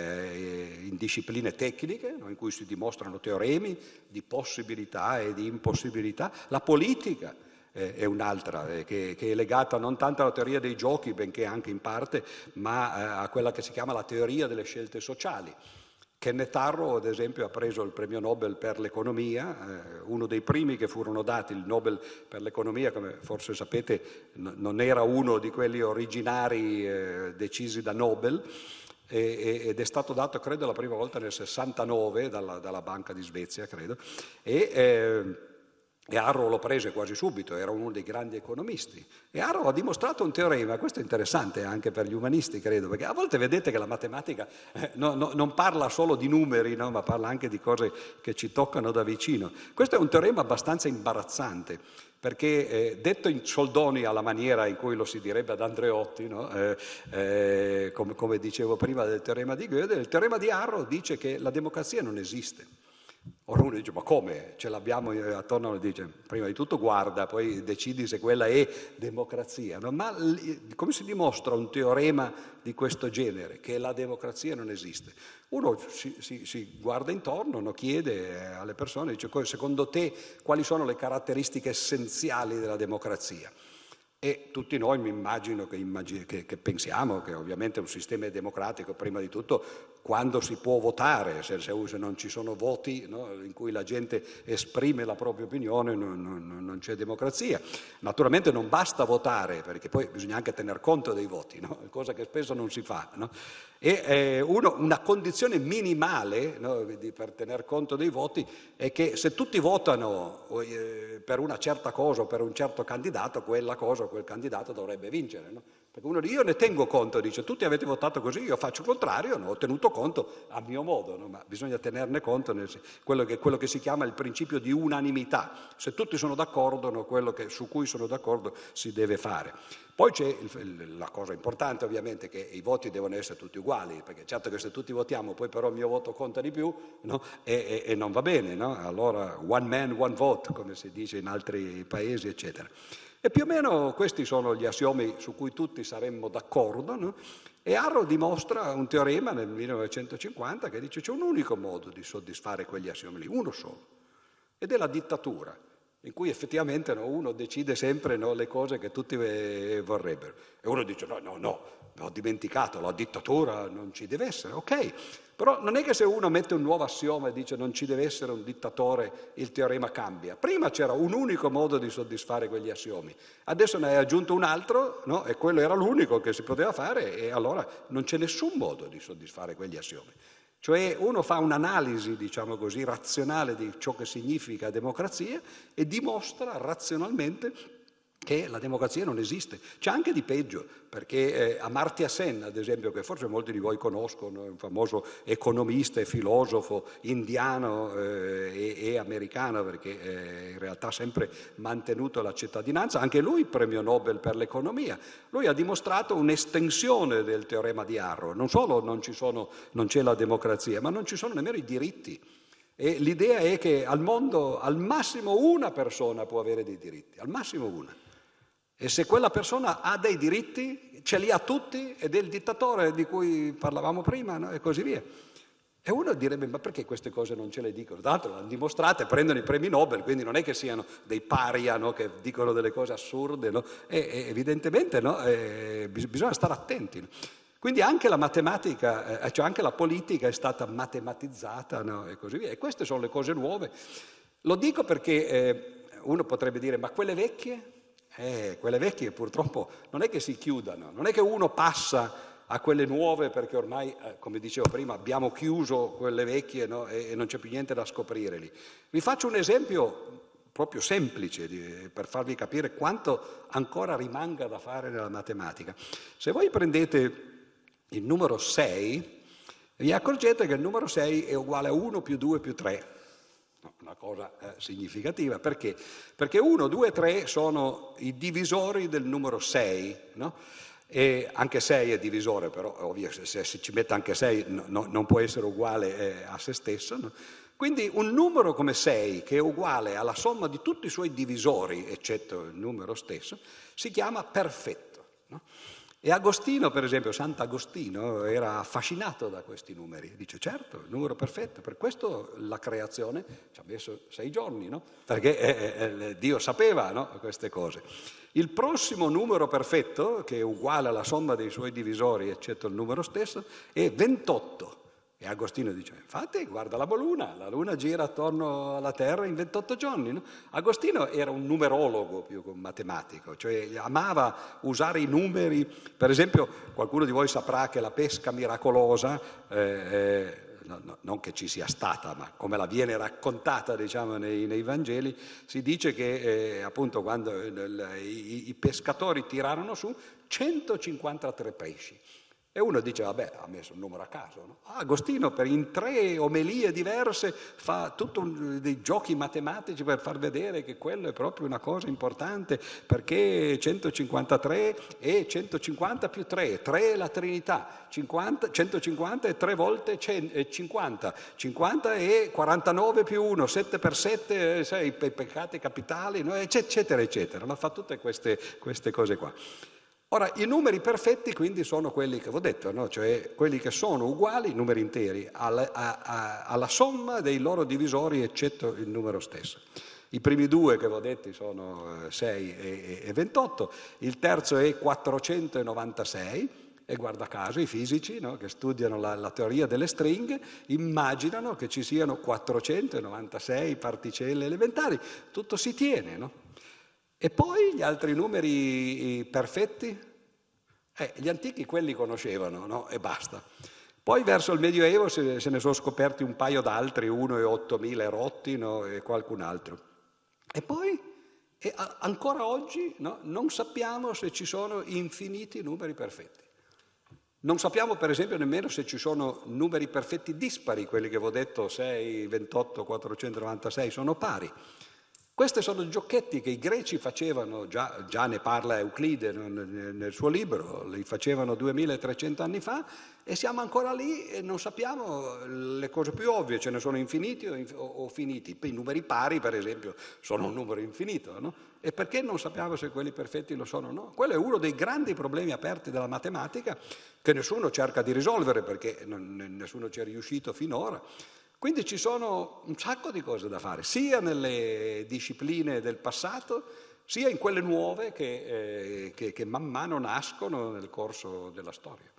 eh, in discipline tecniche, no? In cui si dimostrano teoremi di possibilità e di impossibilità. La politica eh, è un'altra, eh, che, che è legata non tanto alla teoria dei giochi, benché anche in parte, ma eh, a quella che si chiama la teoria delle scelte sociali. Kenneth Arrow, ad esempio, ha preso il premio Nobel per l'economia, eh, uno dei primi che furono dati. Il Nobel per l'economia, come forse sapete, n- non era uno di quelli originari eh, decisi da Nobel, e, ed è stato dato, credo, la prima volta nel sessantanove dalla, dalla Banca di Svezia, credo, e... Eh, E Arrow lo prese quasi subito, era uno dei grandi economisti. E Arrow ha dimostrato un teorema, questo è interessante anche per gli umanisti, credo, perché a volte vedete che la matematica eh, no, no, non parla solo di numeri, no, ma parla anche di cose che ci toccano da vicino. Questo è un teorema abbastanza imbarazzante, perché eh, detto in soldoni alla maniera in cui lo si direbbe ad Andreotti, no? eh, eh, come, come dicevo prima del teorema di Gödel, il teorema di Arrow dice che la democrazia non esiste. Ora uno dice, ma come? Ce l'abbiamo attorno, e dice, prima di tutto guarda, poi decidi se quella è democrazia. No? Ma come si dimostra un teorema di questo genere, che la democrazia non esiste? Uno si, si, si guarda intorno, no? Chiede alle persone, dice, secondo te quali sono le caratteristiche essenziali della democrazia? E tutti noi mi immagino che, immagino, che, che pensiamo che ovviamente un sistema è democratico prima di tutto quando si può votare, se, se non ci sono voti, no, in cui la gente esprime la propria opinione, non, non, non c'è democrazia. Naturalmente non basta votare, perché poi bisogna anche tener conto dei voti, no? Cosa che spesso non si fa, no? E eh, uno, una condizione minimale, no, di, per tener conto dei voti è che se tutti votano eh, per una certa cosa o per un certo candidato, quella cosa o quel candidato dovrebbe vincere, no? Perché uno dice, io ne tengo conto, dice, tutti avete votato così, io faccio il contrario, no? Ho tenuto conto a mio modo, no? Ma bisogna tenerne conto, nel, quello, che, quello che si chiama il principio di unanimità. Se tutti sono d'accordo, no? Quello che, su cui sono d'accordo si deve fare. Poi c'è il, la cosa importante ovviamente che i voti devono essere tutti uguali, perché certo che se tutti votiamo poi però il mio voto conta di più, no? e, e, e non va bene, no? Allora one man, one vote, come si dice in altri paesi, eccetera. E più o meno questi sono gli assiomi su cui tutti saremmo d'accordo, no? E Arrow dimostra un teorema nel millenovecentocinquanta che dice c'è un unico modo di soddisfare quegli assiomi lì, uno solo, ed è la dittatura, in cui effettivamente no, uno decide sempre no, le cose che tutti vorrebbero. E uno dice no, no, no, ho dimenticato, la dittatura non ci deve essere, ok. Però non è che se uno mette un nuovo assioma e dice non ci deve essere un dittatore, il teorema cambia. Prima c'era un unico modo di soddisfare quegli assiomi, adesso ne hai aggiunto un altro, no? E quello era l'unico che si poteva fare e allora non c'è nessun modo di soddisfare quegli assiomi. Cioè uno fa un'analisi, diciamo così, razionale di ciò che significa democrazia e dimostra razionalmente che la democrazia non esiste. C'è anche di peggio, perché eh, Amartya Sen, ad esempio, che forse molti di voi conoscono, è un famoso economista e filosofo indiano eh, e, e americano, perché eh, in realtà ha sempre mantenuto la cittadinanza, anche lui premio Nobel per l'economia. Lui ha dimostrato un'estensione del teorema di Arrow, non solo non, ci sono, non c'è la democrazia, ma non ci sono nemmeno i diritti. E l'idea è che al mondo al massimo una persona può avere dei diritti, al massimo una. E se quella persona ha dei diritti, ce li ha tutti ed è il dittatore di cui parlavamo prima, no? E così via. E uno direbbe, ma perché queste cose non ce le dicono? Tanto l'hanno dimostrate, prendono i premi Nobel, quindi non è che siano dei paria, no? Che dicono delle cose assurde, no? E, e evidentemente no? E bisogna stare attenti. No? Quindi anche la matematica, eh, cioè anche la politica è stata matematizzata, no? E così via. E queste sono le cose nuove. Lo dico perché eh, uno potrebbe dire, ma quelle vecchie? Eh, quelle vecchie purtroppo non è che si chiudano, non è che uno passa a quelle nuove perché ormai, eh, come dicevo prima, abbiamo chiuso quelle vecchie, no? e, e non c'è più niente da scoprire lì. Vi faccio un esempio proprio semplice di, per farvi capire quanto ancora rimanga da fare nella matematica. Se voi prendete il numero sei, vi accorgete che il numero sei è uguale a uno più due più tre. Una cosa eh, significativa, perché? Perché uno, due, tre sono i divisori del numero sei, no? E anche sei è divisore, però ovvio, se, se ci mette anche sei no, no, non può essere uguale eh, a se stesso, no? Quindi un numero come sei, che è uguale alla somma di tutti i suoi divisori, eccetto il numero stesso, si chiama perfetto, no? E Agostino, per esempio, Sant'Agostino, era affascinato da questi numeri. Dice, certo, il numero perfetto, per questo la creazione ci ha messo sei giorni, no? Perché eh, eh, Dio sapeva, no? Queste cose. Il prossimo numero perfetto, che è uguale alla somma dei suoi divisori, eccetto il numero stesso, è ventotto. E Agostino dice, infatti, guarda la luna, la luna gira attorno alla Terra in ventotto giorni. No? Agostino era un numerologo più che un matematico, cioè amava usare i numeri. Per esempio, qualcuno di voi saprà che la pesca miracolosa, eh, eh, no, no, non che ci sia stata, ma come la viene raccontata, diciamo, nei, nei Vangeli, si dice che eh, appunto quando eh, i, i pescatori tirarono su centocinquantatré pesci. E uno dice, vabbè, ha messo un numero a caso, no? Agostino per in tre omelie diverse fa tutti dei giochi matematici per far vedere che quello è proprio una cosa importante, perché centocinquantatré è centocinquanta più tre, tre è la Trinità, cinquanta, centocinquanta è tre volte cinquanta, cinquanta è quarantanove più uno, sette per sette, sai, i peccati capitali, no? eccetera, eccetera, ma fa tutte queste, queste cose qua. Ora, i numeri perfetti quindi sono quelli che vi ho detto, no? Cioè quelli che sono uguali, numeri interi, alla, a, a, alla somma dei loro divisori eccetto il numero stesso. I primi due che vi ho detto sono sei e, e ventotto, il terzo è quattrocentonovantasei e guarda caso i fisici, no? Che studiano la, la teoria delle stringhe immaginano che ci siano quattrocentonovantasei particelle elementari, tutto si tiene, no? E poi gli altri numeri perfetti? Eh, gli antichi quelli conoscevano, no? E basta. Poi verso il Medioevo se, se ne sono scoperti un paio d'altri, uno e ottomila erotti, no? E qualcun altro. E poi E a, ancora oggi no, non sappiamo se ci sono infiniti numeri perfetti. Non sappiamo per esempio nemmeno se ci sono numeri perfetti dispari, quelli che avevo detto sei, ventotto, quattrocentonovantasei sono pari. Questi sono giochetti che i greci facevano, già, già ne parla Euclide nel, nel suo libro, li facevano duemilatrecento anni fa e siamo ancora lì e non sappiamo le cose più ovvie, ce ne sono infiniti o, o finiti. I numeri pari per esempio sono un numero infinito, no? E perché non sappiamo se quelli perfetti lo sono o no? Quello è uno dei grandi problemi aperti della matematica che nessuno cerca di risolvere perché non, nessuno ci è riuscito finora. Quindi ci sono un sacco di cose da fare, sia nelle discipline del passato, sia in quelle nuove che, eh, che, che man mano nascono nel corso della storia.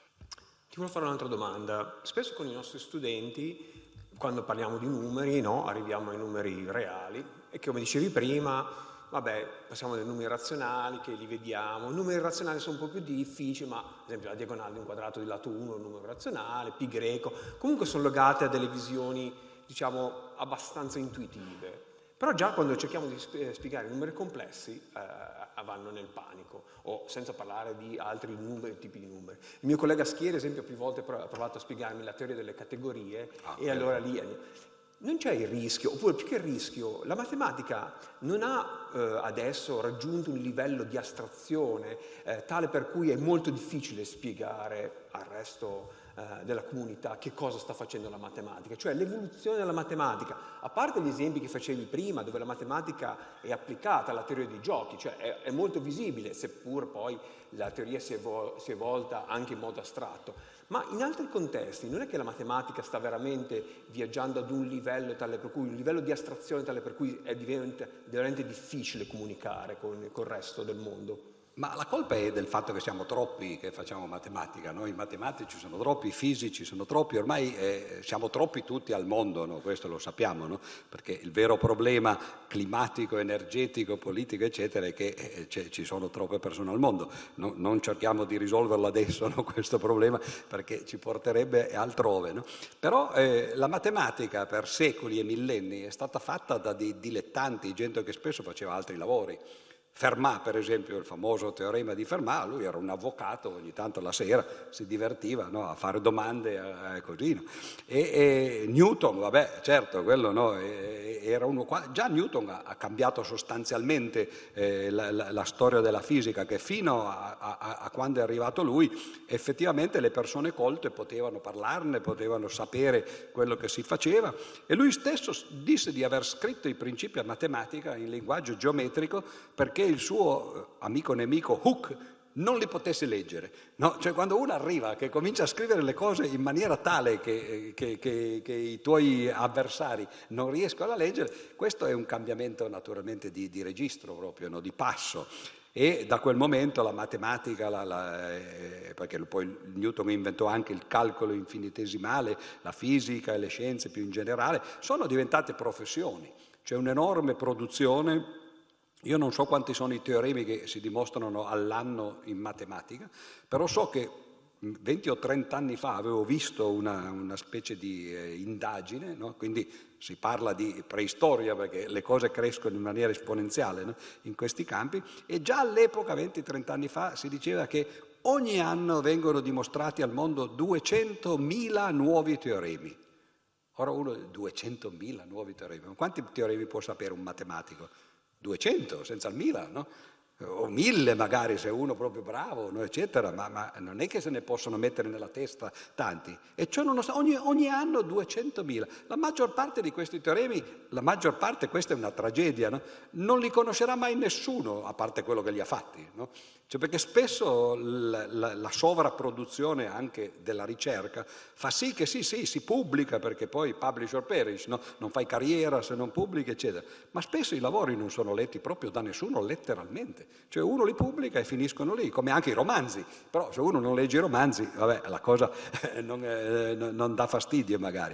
Ti volevo fare un'altra domanda. Spesso con i nostri studenti, quando parliamo di numeri, no, arriviamo ai numeri reali e come dicevi prima, vabbè, passiamo dai numeri razionali che li vediamo. I numeri razionali sono un po' più difficili, ma ad esempio la diagonale di un quadrato di lato uno è un numero razionale, pi greco, comunque sono legate a delle visioni, diciamo, abbastanza intuitive. Però già quando cerchiamo di spiegare i numeri complessi eh, vanno nel panico, o senza parlare di altri numeri, tipi di numeri. Il mio collega Schieri, ad esempio, più volte ha provato a spiegarmi la teoria delle categorie ah, e allora lì... Non c'è il rischio, oppure più che il rischio, la matematica non ha eh, adesso raggiunto un livello di astrazione eh, tale per cui è molto difficile spiegare al resto eh, della comunità che cosa sta facendo la matematica, cioè l'evoluzione della matematica, a parte gli esempi che facevi prima dove la matematica è applicata alla teoria dei giochi, cioè è, è molto visibile, seppur poi la teoria si è, evol- si è evolta anche in modo astratto. Ma in altri contesti non è che la matematica sta veramente viaggiando ad un livello tale per cui, un livello di astrazione tale per cui è diventa, veramente difficile comunicare con, con il resto del mondo? Ma la colpa è del fatto che siamo troppi che facciamo matematica, noi matematici sono troppi, i fisici sono troppi, ormai eh, siamo troppi tutti al mondo, no? Questo lo sappiamo, no? Perché il vero problema climatico, energetico, politico, eccetera, è che eh, ci sono troppe persone al mondo. No, non cerchiamo di risolverlo adesso, no? Questo problema, perché ci porterebbe altrove, no? Però eh, la matematica per secoli e millenni è stata fatta da dei dilettanti, gente che spesso faceva altri lavori. Fermat, per esempio, il famoso teorema di Fermat, lui era un avvocato, ogni tanto la sera si divertiva, no, a fare domande eh, così. No? E, e Newton, vabbè, certo, quello no, era uno qua. Già Newton ha, ha cambiato sostanzialmente eh, la, la, la storia della fisica, che fino a, a, a quando è arrivato lui, effettivamente le persone colte potevano parlarne, potevano sapere quello che si faceva. E lui stesso disse di aver scritto i principi a matematica in linguaggio geometrico perché il suo amico nemico Hooke non li potesse leggere. No? Cioè quando uno arriva che comincia a scrivere le cose in maniera tale che, che, che, che i tuoi avversari non riescono a leggere, questo è un cambiamento naturalmente di, di registro proprio, no? Di passo. E da quel momento la matematica, la, la, eh, perché poi Newton inventò anche il calcolo infinitesimale, la fisica e le scienze più in generale, sono diventate professioni. C'è un'enorme produzione. Io non so quanti sono i teoremi che si dimostrano all'anno in matematica, però so che venti o trenta anni fa avevo visto una, una specie di eh, indagine, no? Quindi si parla di preistoria perché le cose crescono in maniera esponenziale, no? In questi campi, e già all'epoca, venti trenta anni fa, si diceva che ogni anno vengono dimostrati al mondo duecentomila nuovi teoremi. Ora uno, duecentomila nuovi teoremi, ma quanti teoremi può sapere un matematico? duecento, senza il mila, no? O mille magari se uno è proprio bravo, no? Eccetera, ma, ma non è che se ne possono mettere nella testa tanti. E ciò nonostante, ogni, ogni anno duecentomila. La maggior parte di questi teoremi, la maggior parte, questa è una tragedia, no? Non li conoscerà mai nessuno, a parte quello che li ha fatti, no? Cioè perché spesso la, la, la sovrapproduzione anche della ricerca fa sì che sì, sì, si pubblica perché poi publish or perish, no? Non fai carriera se non pubblichi, eccetera. Ma spesso i lavori non sono letti proprio da nessuno, letteralmente. Cioè uno li pubblica e finiscono lì, come anche i romanzi. Però se uno non legge i romanzi, vabbè, la cosa non, eh, non dà fastidio magari.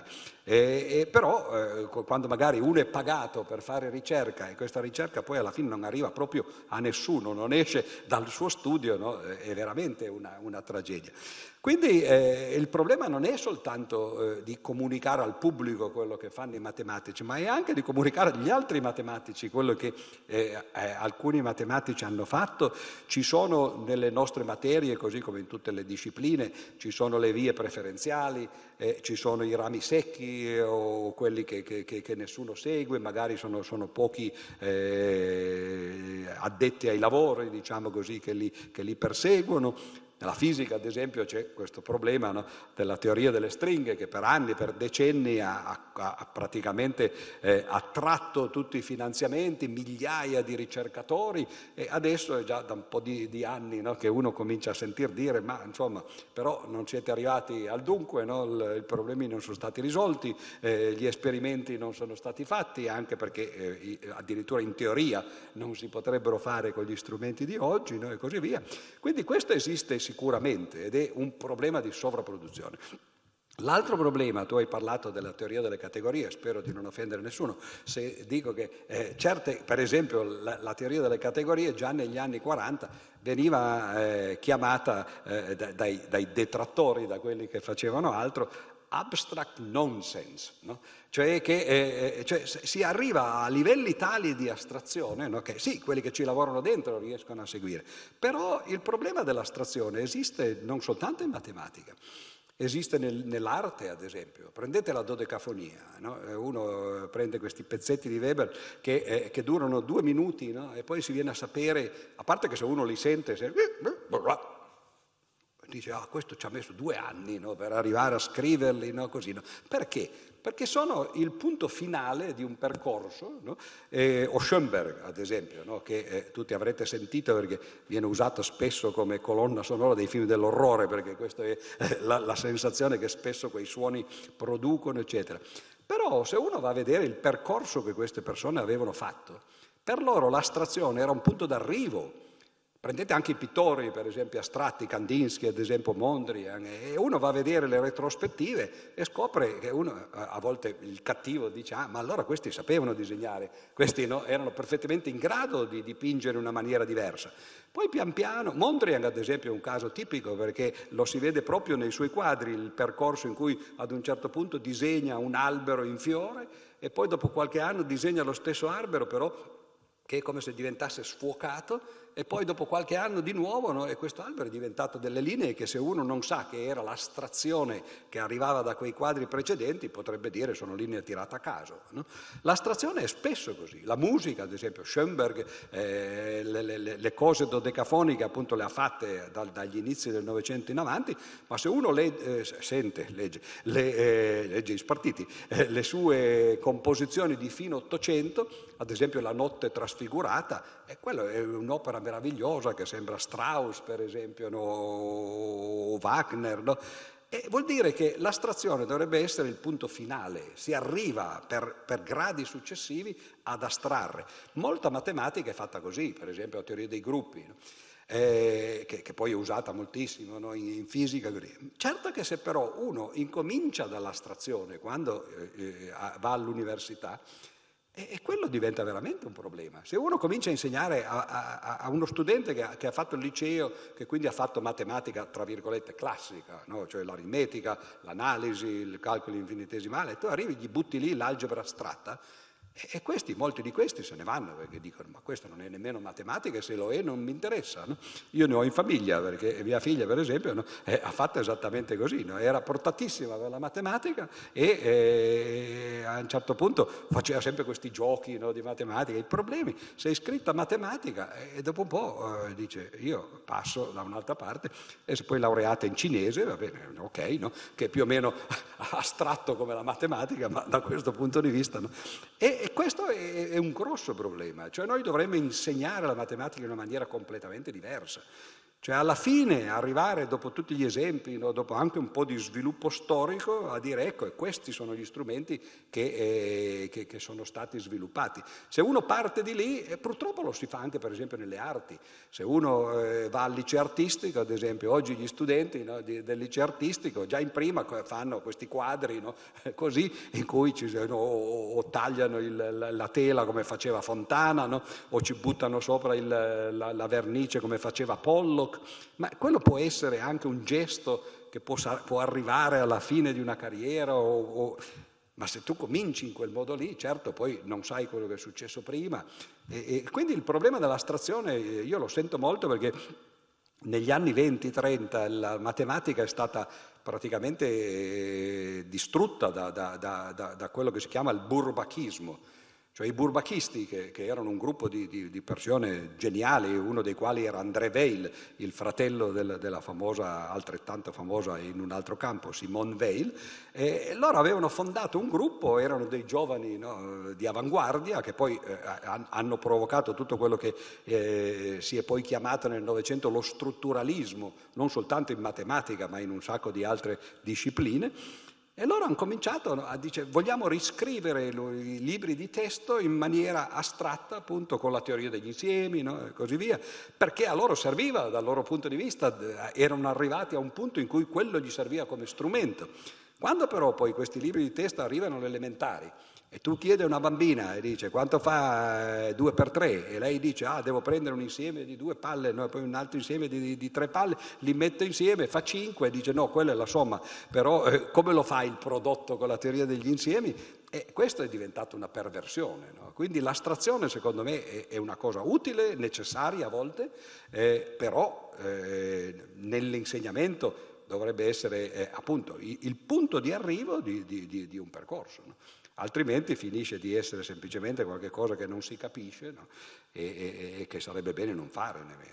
E, e però eh, quando magari uno è pagato per fare ricerca e questa ricerca poi alla fine non arriva proprio a nessuno, non esce dal suo studio, no? È veramente una, una tragedia. Quindi eh, il problema non è soltanto eh, di comunicare al pubblico quello che fanno i matematici, ma è anche di comunicare agli altri matematici quello che eh, eh, alcuni matematici hanno fatto. Ci sono nelle nostre materie, così come in tutte le discipline, ci sono le vie preferenziali, eh, ci sono i rami secchi eh, o quelli che, che, che, che nessuno segue, magari sono, sono pochi eh, addetti ai lavori, diciamo così, che li, che li perseguono. Nella fisica, ad esempio, c'è questo problema, no, della teoria delle stringhe che per anni, per decenni ha, ha, ha praticamente eh, attratto tutti i finanziamenti, migliaia di ricercatori, e adesso è già da un po' di, di anni, no, che uno comincia a sentir dire ma insomma però non siete arrivati al dunque, no, il, i problemi non sono stati risolti, eh, gli esperimenti non sono stati fatti, anche perché eh, addirittura in teoria non si potrebbero fare con gli strumenti di oggi, no, e così via. Quindi questo esiste sicuramente ed è un problema di sovrapproduzione. L'altro problema, tu hai parlato della teoria delle categorie, spero di non offendere nessuno se dico che eh, certe, per esempio la, la teoria delle categorie già negli anni quaranta veniva eh, chiamata eh, dai, dai detrattori, da quelli che facevano altro, abstract nonsense, no? Cioè che eh, cioè si arriva a livelli tali di astrazione, no? Che sì, quelli che ci lavorano dentro riescono a seguire, però il problema dell'astrazione esiste non soltanto in matematica, esiste nel, nell'arte, ad esempio. Prendete la dodecafonia, no? Uno prende questi pezzetti di Weber che, eh, che durano due minuti, no? E poi si viene a sapere, a parte che se uno li sente, se... dice, ah, questo ci ha messo due anni, no, per arrivare a scriverli, no, così, no. Perché? Perché sono il punto finale di un percorso, no? Eh, o Schoenberg, ad esempio, no? Che eh, tutti avrete sentito perché viene usato spesso come colonna sonora dei film dell'orrore, perché questa è eh, la, la sensazione che spesso quei suoni producono, eccetera. Però se uno va a vedere il percorso che queste persone avevano fatto, per loro l'astrazione era un punto d'arrivo. Prendete anche i pittori, per esempio astratti, Kandinsky, ad esempio Mondrian, e uno va a vedere le retrospettive e scopre che uno, a volte il cattivo dice, ah, ma allora questi sapevano disegnare, questi no, erano perfettamente in grado di dipingere in una maniera diversa. Poi pian piano, Mondrian ad esempio è un caso tipico perché lo si vede proprio nei suoi quadri, il percorso in cui ad un certo punto disegna un albero in fiore e poi dopo qualche anno disegna lo stesso albero però che è come se diventasse sfuocato, e poi dopo qualche anno di nuovo, no, e questo albero è diventato delle linee che se uno non sa che era l'astrazione che arrivava da quei quadri precedenti potrebbe dire sono linee tirate a caso, no? L'astrazione è spesso così, la musica ad esempio, Schoenberg eh, le, le, le cose dodecafoniche appunto le ha fatte dal, dagli inizi del Novecento in avanti, ma se uno le, eh, sente, legge, le, eh, legge i spartiti, eh, le sue composizioni di fine Ottocento, ad esempio La notte trasfigurata, e quello è un'opera meravigliosa che sembra Strauss, per esempio, no? O Wagner, no? E vuol dire che l'astrazione dovrebbe essere il punto finale, si arriva per, per gradi successivi ad astrarre. Molta matematica è fatta così, per esempio la teoria dei gruppi, no? Eh, che, che poi è usata moltissimo, no? in, in fisica. Certo che se però uno incomincia dall'astrazione quando eh, va all'università, e quello diventa veramente un problema. Se uno comincia a insegnare a, a, a uno studente che ha, che ha fatto il liceo, che quindi ha fatto matematica, tra virgolette, classica, no? Cioè l'aritmetica, l'analisi, il calcolo infinitesimale, tu arrivi, gli butti lì l'algebra astratta, e questi, molti di questi se ne vanno perché dicono ma questo non è nemmeno matematica e se lo è non mi interessa, no? Io ne ho in famiglia perché mia figlia per esempio, no, eh, ha fatto esattamente così, no? Era portatissima per la matematica e eh, a un certo punto faceva sempre questi giochi, no, di matematica. I problemi, sei iscritta a matematica e dopo un po' eh, dice io passo da un'altra parte e se poi laureata in cinese, va bene, ok, no? Che è più o meno astratto come la matematica ma da questo punto di vista, no? E, E questo è, è un grosso problema, cioè noi dovremmo insegnare la matematica in una maniera completamente diversa. Cioè alla fine arrivare, dopo tutti gli esempi, no, dopo anche un po' di sviluppo storico, a dire ecco, e questi sono gli strumenti che, eh, che, che sono stati sviluppati. Se uno parte di lì, eh, purtroppo lo si fa anche per esempio nelle arti. Se uno eh, va al liceo artistico, ad esempio, oggi gli studenti, no, di, del liceo artistico già in prima fanno questi quadri, no, così, in cui ci, no, o, o tagliano il, la, la tela come faceva Fontana, no, o ci buttano sopra il, la, la vernice come faceva Pollock. Ma quello può essere anche un gesto che può, può arrivare alla fine di una carriera, o, o, ma se tu cominci in quel modo lì, certo poi non sai quello che è successo prima. E, e quindi il problema dell'astrazione io lo sento molto, perché negli anni venti trenta la matematica è stata praticamente eh, distrutta da, da, da, da, da quello che si chiama il burbachismo. Cioè i burbachisti, che, che erano un gruppo di, di, di persone geniali, uno dei quali era André Weil, il fratello del, della famosa, altrettanto famosa in un altro campo, Simone Weil, e loro avevano fondato un gruppo, erano dei giovani, no, di avanguardia, che poi eh, hanno provocato tutto quello che eh, si è poi chiamato nel Novecento lo strutturalismo, non soltanto in matematica ma in un sacco di altre discipline. E loro hanno cominciato a dire vogliamo riscrivere i libri di testo in maniera astratta, appunto con la teoria degli insiemi, no? E così via, perché a loro serviva, dal loro punto di vista, erano arrivati a un punto in cui quello gli serviva come strumento. Quando però poi questi libri di testo arrivano alle elementari e tu chiedi a una bambina e dice quanto fa due per tre e lei dice ah devo prendere un insieme di due palle, no, poi un altro insieme di, di, di tre palle, li metto insieme, fa cinque, e dice no, quella è la somma, però eh, come lo fa il prodotto con la teoria degli insiemi? E questo è diventato una perversione, no? Quindi l'astrazione secondo me è, è una cosa utile, necessaria a volte, eh, però eh, nell'insegnamento dovrebbe essere eh, appunto il, il punto di arrivo di, di, di, di un percorso, no? Altrimenti finisce di essere semplicemente qualche cosa che non si capisce, no? e, e, e che sarebbe bene non fare nemmeno.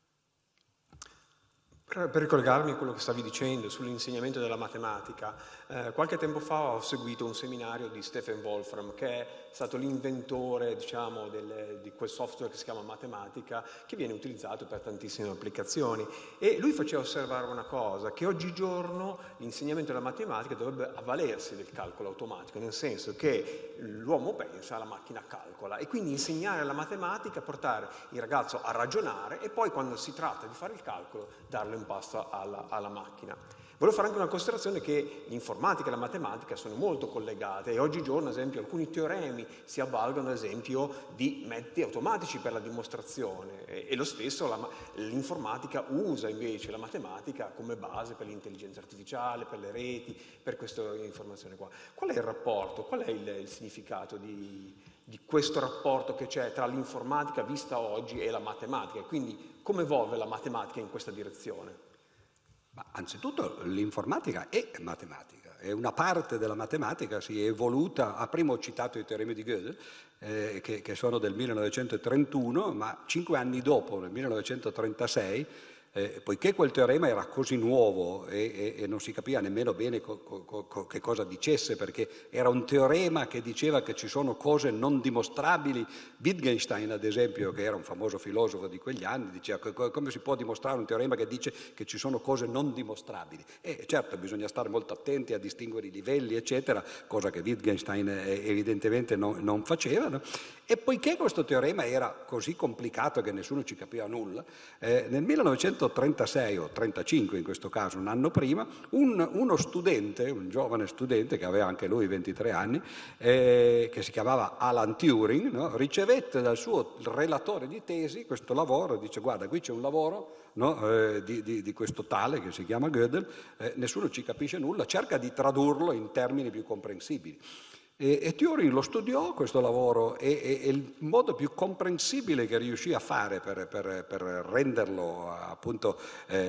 Per, per ricollegarmi a quello che stavi dicendo sull'insegnamento della matematica, eh, qualche tempo fa ho seguito un seminario di Stephen Wolfram, che è stato l'inventore, diciamo, del, di quel software che si chiama Matematica, che viene utilizzato per tantissime applicazioni. E lui faceva osservare una cosa, che oggigiorno l'insegnamento della matematica dovrebbe avvalersi del calcolo automatico, nel senso che l'uomo pensa, la macchina calcola, e quindi insegnare la matematica, portare il ragazzo a ragionare e poi quando si tratta di fare il calcolo darle un passo alla, alla macchina. Volevo fare anche una considerazione che l'informatica e la matematica sono molto collegate e oggigiorno, ad esempio, alcuni teoremi si avvalgono, ad esempio, di metodi automatici per la dimostrazione e, e lo stesso la, l'informatica usa invece la matematica come base per l'intelligenza artificiale, per le reti, per questa informazione qua. Qual è il rapporto, qual è il, il significato di, di questo rapporto che c'è tra l'informatica vista oggi e la matematica? Quindi come evolve la matematica in questa direzione? Ma anzitutto l'informatica è matematica, è una parte della matematica, si è evoluta, a prima ho citato i teoremi di Gödel, eh, che, che sono del millenovecentotrentuno, ma cinque anni dopo, nel millenovecentotrentasei, eh, poiché quel teorema era così nuovo e, e, e non si capiva nemmeno bene co, co, co, che cosa dicesse, perché era un teorema che diceva che ci sono cose non dimostrabili. Wittgenstein, ad esempio, che era un famoso filosofo di quegli anni, diceva come si può dimostrare un teorema che dice che ci sono cose non dimostrabili? E certo, bisogna stare molto attenti a distinguere i livelli, eccetera, cosa che Wittgenstein evidentemente non, non faceva, no? E poiché questo teorema era così complicato che nessuno ci capiva nulla, eh, nel millenovecentotrentasei o trentacinque in questo caso, un anno prima, un, uno studente, un giovane studente che aveva anche lui ventitré anni, eh, che si chiamava Alan Turing, no? Ricevette dal suo relatore di tesi questo lavoro, dice guarda qui c'è un lavoro, no? eh, di, di, di questo tale che si chiama Gödel, eh, nessuno ci capisce nulla, cerca di tradurlo in termini più comprensibili. E, e Turing lo studiò questo lavoro e, e, e il modo più comprensibile che riuscì a fare per, per, per renderlo appunto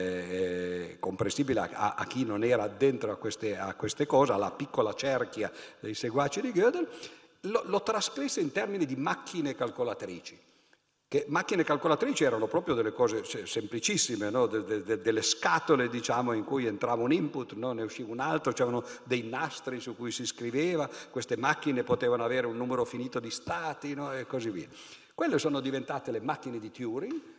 eh, comprensibile a, a chi non era dentro a queste, a queste cose, alla piccola cerchia dei seguaci di Gödel, lo, lo trascrisse in termini di macchine calcolatrici. Che macchine calcolatrici erano proprio delle cose semplicissime, no? de, de, de, delle scatole, diciamo, in cui entrava un input, no? Ne usciva un altro, c'erano dei nastri su cui si scriveva, queste macchine potevano avere un numero finito di stati, no? E così via. Quelle sono diventate le macchine di Turing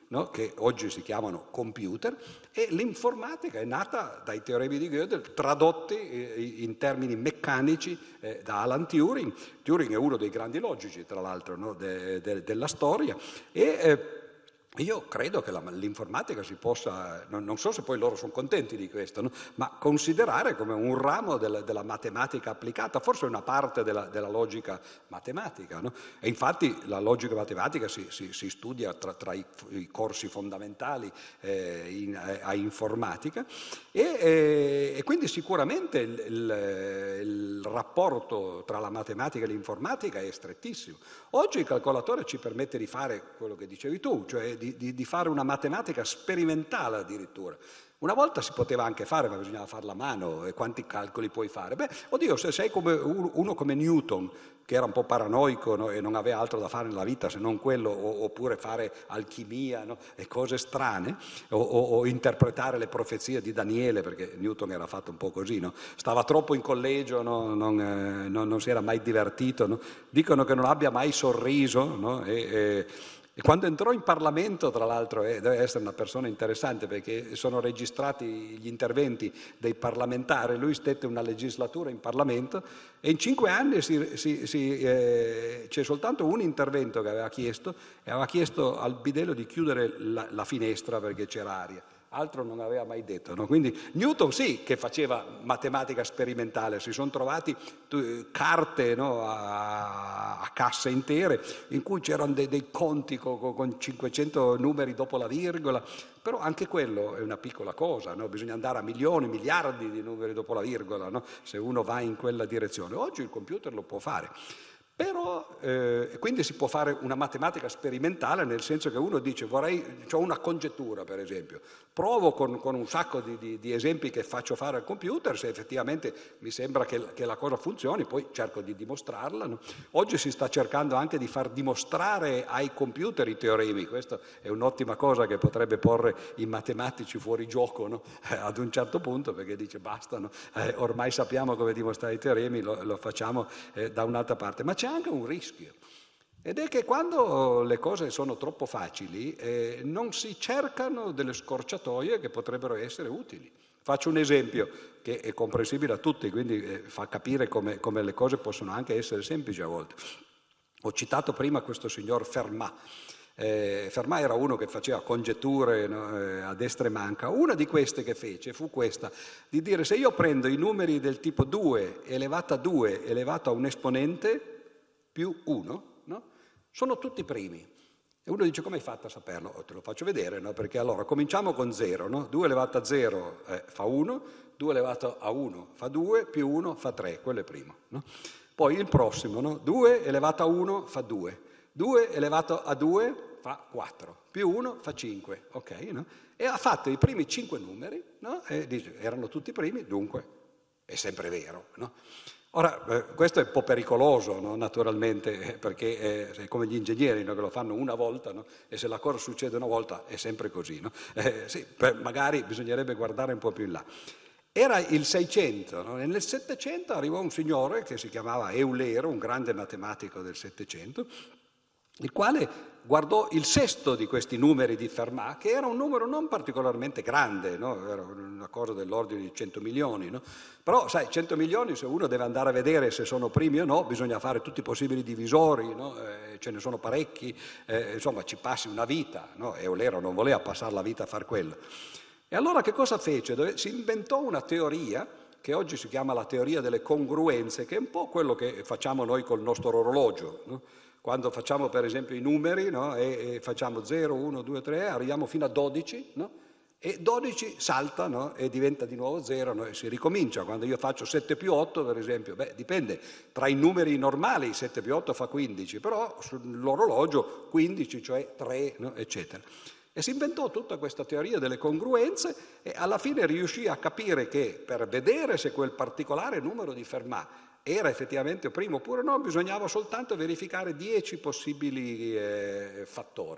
no? Che oggi si chiamano computer, e l'informatica è nata dai teoremi di Gödel tradotti eh, in termini meccanici eh, da Alan Turing. Turing è uno dei grandi logici, tra l'altro, no? de, de, della storia, e eh, io credo che la, l'informatica si possa, non, non so se poi loro sono contenti di questo, no? Ma considerare come un ramo del, della matematica applicata, forse una parte della, della logica matematica, no? E infatti la logica matematica si, si, si studia tra, tra i, i corsi fondamentali eh, in, eh, a informatica, e, eh, e quindi sicuramente il, il, il rapporto tra la matematica e l'informatica è strettissimo. Oggi il calcolatore ci permette di fare quello che dicevi tu, cioè di Di, di fare una matematica sperimentale addirittura. Una volta si poteva anche fare, ma bisognava farla a mano, e quanti calcoli puoi fare? Beh, oddio, se sei come uno come Newton, che era un po' paranoico, no? E non aveva altro da fare nella vita se non quello, o, oppure fare alchimia, no? E cose strane, o, o, o interpretare le profezie di Daniele, perché Newton era fatto un po' così, no? Stava troppo in collegio, no? non, eh, non, non si era mai divertito, no? Dicono che non abbia mai sorriso, no? e, e, E quando entrò in Parlamento, tra l'altro, eh, deve essere una persona interessante, perché sono registrati gli interventi dei parlamentari. Lui stette una legislatura in Parlamento e in cinque anni si, si, si, eh, c'è soltanto un intervento che aveva chiesto, e aveva chiesto al bidello di chiudere la, la finestra perché c'era aria. Altro non aveva mai detto, no? Quindi Newton sì che faceva matematica sperimentale, si sono trovati t- carte, no? a, a casse intere in cui c'erano dei, dei conti con, con cinquecento numeri dopo la virgola, però anche quello è una piccola cosa, no? Bisogna andare a milioni, miliardi di numeri dopo la virgola, no? Se uno va in quella direzione. Oggi il computer lo può fare. Però, eh, quindi si può fare una matematica sperimentale, nel senso che uno dice vorrei, ho una congettura per esempio, provo con, con un sacco di, di, di esempi che faccio fare al computer, se effettivamente mi sembra che, che la cosa funzioni, poi cerco di dimostrarla, no? Oggi si sta cercando anche di far dimostrare ai computer i teoremi, questa è un'ottima cosa che potrebbe porre i matematici fuori gioco, no? eh, ad un certo punto, perché dice basta, no? eh, ormai sappiamo come dimostrare i teoremi, lo, lo facciamo eh, da un'altra parte, ma c'è anche un rischio, ed è che quando le cose sono troppo facili eh, non si cercano delle scorciatoie che potrebbero essere utili. Faccio un esempio che è comprensibile a tutti, quindi eh, fa capire come, come le cose possono anche essere semplici a volte. Ho citato prima questo signor Fermat. Eh, Fermat era uno che faceva congetture, no, eh, a destra e manca. Una di queste che fece fu questa, di dire: se io prendo i numeri del tipo due elevato a due elevato a un esponente più uno, no? Sono tutti primi. E uno dice: come hai fatto a saperlo? Oh, te lo faccio vedere, no? Perché allora cominciamo con zero, no? due elevato a zero eh, fa uno, due elevato a uno fa due, più uno fa tre, quello è primo, no? Poi il prossimo, no? due elevato a uno fa due, due elevato a due fa quattro, più uno fa cinque, ok? No? E ha fatto i primi cinque numeri, no? E dice: erano tutti primi, dunque è sempre vero, no? Ora, eh, questo è un po' pericoloso, no? Naturalmente, eh, perché eh, è come gli ingegneri, no? Che lo fanno una volta, no? E se la cosa succede una volta è sempre così, no? Eh, sì, per, magari bisognerebbe guardare un po' più in là. Era il Seicento, no? E nel Settecento arrivò un signore che si chiamava Eulero, un grande matematico del Settecento, il quale guardò il sesto di questi numeri di Fermat, che era un numero non particolarmente grande, no? Era una cosa dell'ordine di cento milioni, no? Però sai, cento milioni, se uno deve andare a vedere se sono primi o no, bisogna fare tutti i possibili divisori, no? Eh, ce ne sono parecchi, eh, insomma ci passi una vita, no? Eulero non voleva passare la vita a far quello. E allora che cosa fece? Dove si inventò una teoria che oggi si chiama la teoria delle congruenze, che è un po' quello che facciamo noi col nostro orologio, no? Quando facciamo per esempio i numeri, no? e, e facciamo zero, uno, due, tre, arriviamo fino a dodici, no? E dodici salta, no? E diventa di nuovo zero, no? E si ricomincia. Quando io faccio sette più otto, per esempio, beh, dipende, tra i numeri normali sette più otto fa quindici, però sull'orologio quindici, cioè tre, no? Eccetera. E si inventò tutta questa teoria delle congruenze e alla fine riuscì a capire che per vedere se quel particolare numero di Fermat era effettivamente primo oppure no, bisognava soltanto verificare dieci possibili eh, fattori.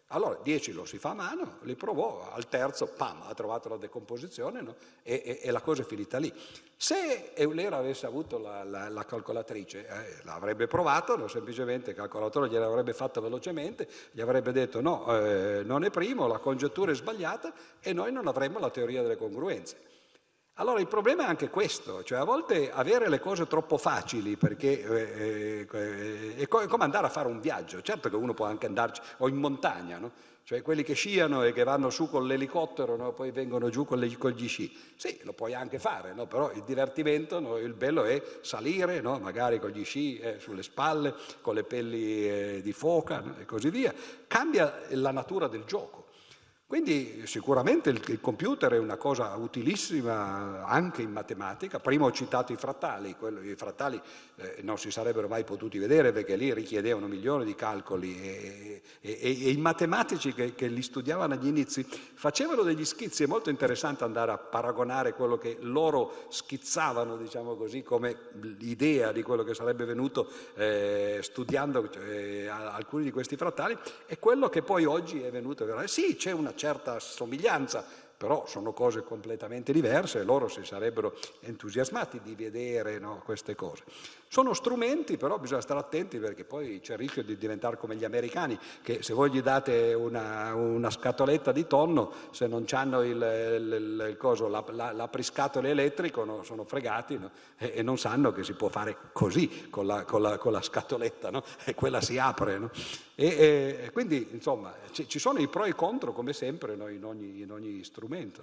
Allora, dieci lo si fa a mano, li provò, al terzo, pam, ha trovato la decomposizione, no? e, e, e la cosa è finita lì. Se Eulero avesse avuto la, la, la calcolatrice, eh, l'avrebbe provato, no? Semplicemente il calcolatore gliel'avrebbe fatto velocemente, gli avrebbe detto no, eh, non è primo, la congettura è sbagliata e noi non avremmo la teoria delle congruenze. Allora il problema è anche questo, cioè a volte avere le cose troppo facili perché eh, eh, è come andare a fare un viaggio, certo che uno può anche andarci, o in montagna, no? Cioè quelli che sciano e che vanno su con l'elicottero, no? Poi vengono giù con, le, con gli sci, sì, lo puoi anche fare, no? Però il divertimento, no? Il bello è salire, no? Magari con gli sci eh, sulle spalle, con le pelli eh, di foca, no? E così via, cambia la natura del gioco. Quindi sicuramente il, il computer è una cosa utilissima anche in matematica. Prima ho citato i frattali, quello, i frattali eh, non si sarebbero mai potuti vedere perché lì richiedevano milioni di calcoli e, e, e, e i matematici che, che li studiavano agli inizi facevano degli schizzi. È molto interessante andare a paragonare quello che loro schizzavano, diciamo così, come l'idea di quello che sarebbe venuto eh, studiando eh, alcuni di questi frattali e quello che poi oggi è venuto. Sì, c'è una certa somiglianza, però sono cose completamente diverse e loro si sarebbero entusiasmati di vedere, no, queste cose. Sono strumenti, però bisogna stare attenti perché poi c'è il rischio di diventare come gli americani, che se voi gli date una, una scatoletta di tonno, se non hanno il, il, il coso, la, la, l'apriscatole elettrico, no, sono fregati, no? e, e non sanno che si può fare così con la, con la, con la scatoletta, no? E quella si apre. No? E, e quindi insomma ci, ci sono i pro e i contro come sempre, no? in, ogni, in ogni strumento.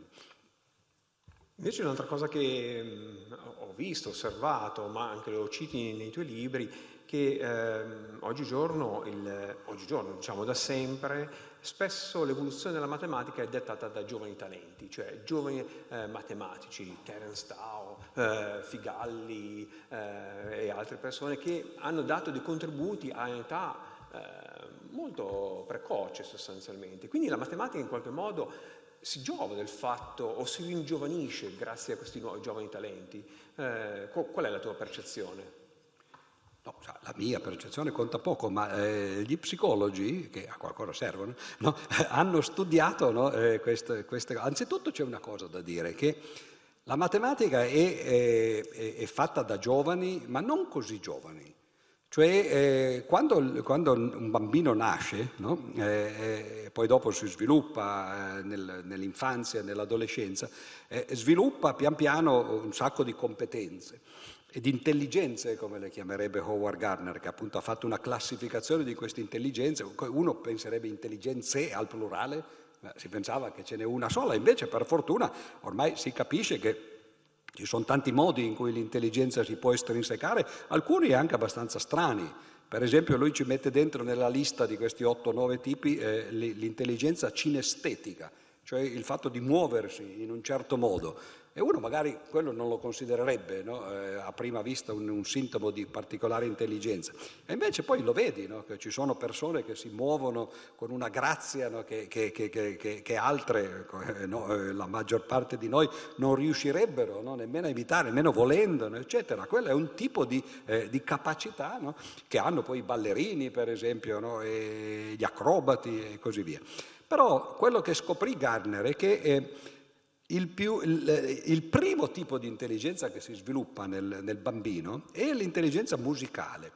Invece un'altra cosa che mh, ho visto, osservato, ma anche lo citi nei tuoi libri, che ehm, oggigiorno, il, oggigiorno, diciamo da sempre, spesso l'evoluzione della matematica è dettata da giovani talenti, cioè giovani eh, matematici, Terence Tao, eh, Figalli eh, e altre persone che hanno dato dei contributi a un'età eh, molto precoce sostanzialmente. Quindi la matematica in qualche modo si giova del fatto o si ringiovanisce grazie a questi nuovi giovani talenti. Eh, qual è la tua percezione? No, la mia percezione conta poco, ma eh, gli psicologi, che a qualcosa servono, no? hanno studiato, no? eh, queste, queste cose. Anzitutto c'è una cosa da dire, che la matematica è, è, è fatta da giovani, ma non così giovani. Cioè eh, quando, quando un bambino nasce, no? eh, poi dopo si sviluppa eh, nel, nell'infanzia, nell'adolescenza, eh, sviluppa pian piano un sacco di competenze e di intelligenze, come le chiamerebbe Howard Gardner, che appunto ha fatto una classificazione di queste intelligenze. Uno penserebbe intelligenze al plurale, ma si pensava che ce n'è una sola, invece per fortuna ormai si capisce che ci sono tanti modi in cui l'intelligenza si può estrinsecare, alcuni anche abbastanza strani. Per esempio lui ci mette dentro nella lista di questi otto nove tipi eh, l'intelligenza cinestetica, cioè il fatto di muoversi in un certo modo. E uno magari quello non lo considererebbe, no? eh, a prima vista un, un sintomo di particolare intelligenza. E invece poi lo vedi, no? Che ci sono persone che si muovono con una grazia, no? che, che, che, che, che altre, eh, no? eh, la maggior parte di noi, non riuscirebbero, no? nemmeno a imitare, nemmeno volendo, no? eccetera. Quello è un tipo di, eh, di capacità, no? che hanno poi i ballerini, per esempio, no? e gli acrobati e così via. Però quello che scoprì Gardner è che eh, Il, più, il, il primo tipo di intelligenza che si sviluppa nel, nel bambino è l'intelligenza musicale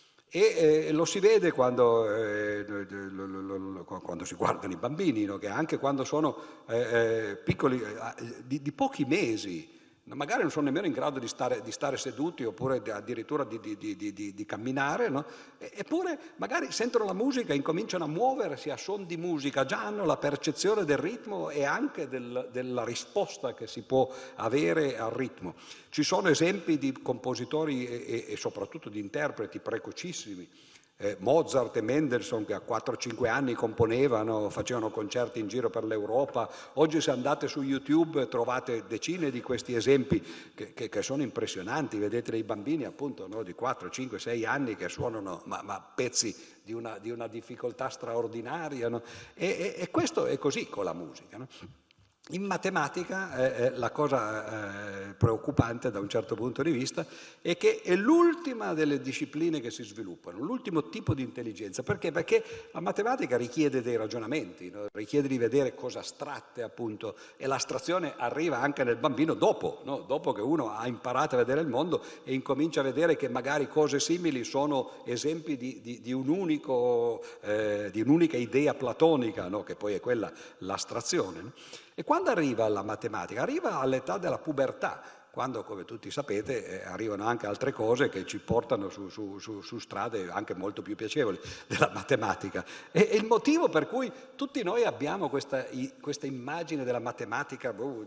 e eh, lo si vede quando, eh, lo, lo, lo, quando si guardano i bambini, no? Che anche quando sono eh, eh, piccoli, eh, di, di pochi mesi, magari non sono nemmeno in grado di stare, di stare seduti oppure addirittura di, di, di, di, di camminare, no? Eppure magari sentono la musica e incominciano a muoversi a suon di musica, già hanno la percezione del ritmo e anche del, della risposta che si può avere al ritmo. Ci sono esempi di compositori e, e soprattutto di interpreti precocissimi. Eh, Mozart e Mendelssohn che a quattro cinque anni componevano, facevano concerti in giro per l'Europa. Oggi se andate su YouTube trovate decine di questi esempi che, che, che sono impressionanti, vedete dei bambini appunto, no, di quattro cinque sei anni che suonano ma, ma pezzi di una, di una difficoltà straordinaria, no? e, e, e questo è così con la musica, no? In matematica eh, eh, la cosa eh, preoccupante da un certo punto di vista è che è l'ultima delle discipline che si sviluppano, l'ultimo tipo di intelligenza. Perché? Perché la matematica richiede dei ragionamenti, no? Richiede di vedere cose astratte, appunto, e l'astrazione arriva anche nel bambino dopo, no? Dopo che uno ha imparato a vedere il mondo e incomincia a vedere che magari cose simili sono esempi di, di, di, un unico, eh, di un'unica idea platonica, no? Che poi è quella, l'astrazione, no? E quando arriva la matematica? Arriva all'età della pubertà, quando, come tutti sapete, eh, arrivano anche altre cose che ci portano su, su, su, su strade anche molto più piacevoli della matematica. E, e il motivo per cui tutti noi abbiamo questa, i, questa immagine della matematica, boh,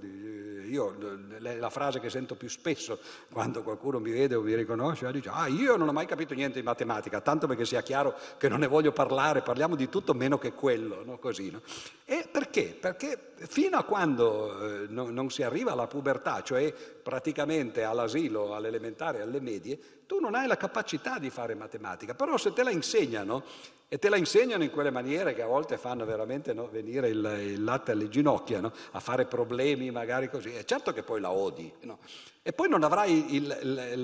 io la frase che sento più spesso quando qualcuno mi vede o mi riconosce, dice: ah, io non ho mai capito niente di matematica, tanto perché sia chiaro che non ne voglio parlare, parliamo di tutto meno che quello, no? Così, no? E perché? Perché fino a quando eh, no, non si arriva alla pubertà, cioè praticamente all'asilo, alle elementari, alle medie, tu non hai la capacità di fare matematica, però se te la insegnano, e te la insegnano in quelle maniere che a volte fanno veramente, no, venire il, il latte alle ginocchia, no? A fare problemi magari così, è certo che poi la odi, no? E poi non avrai il,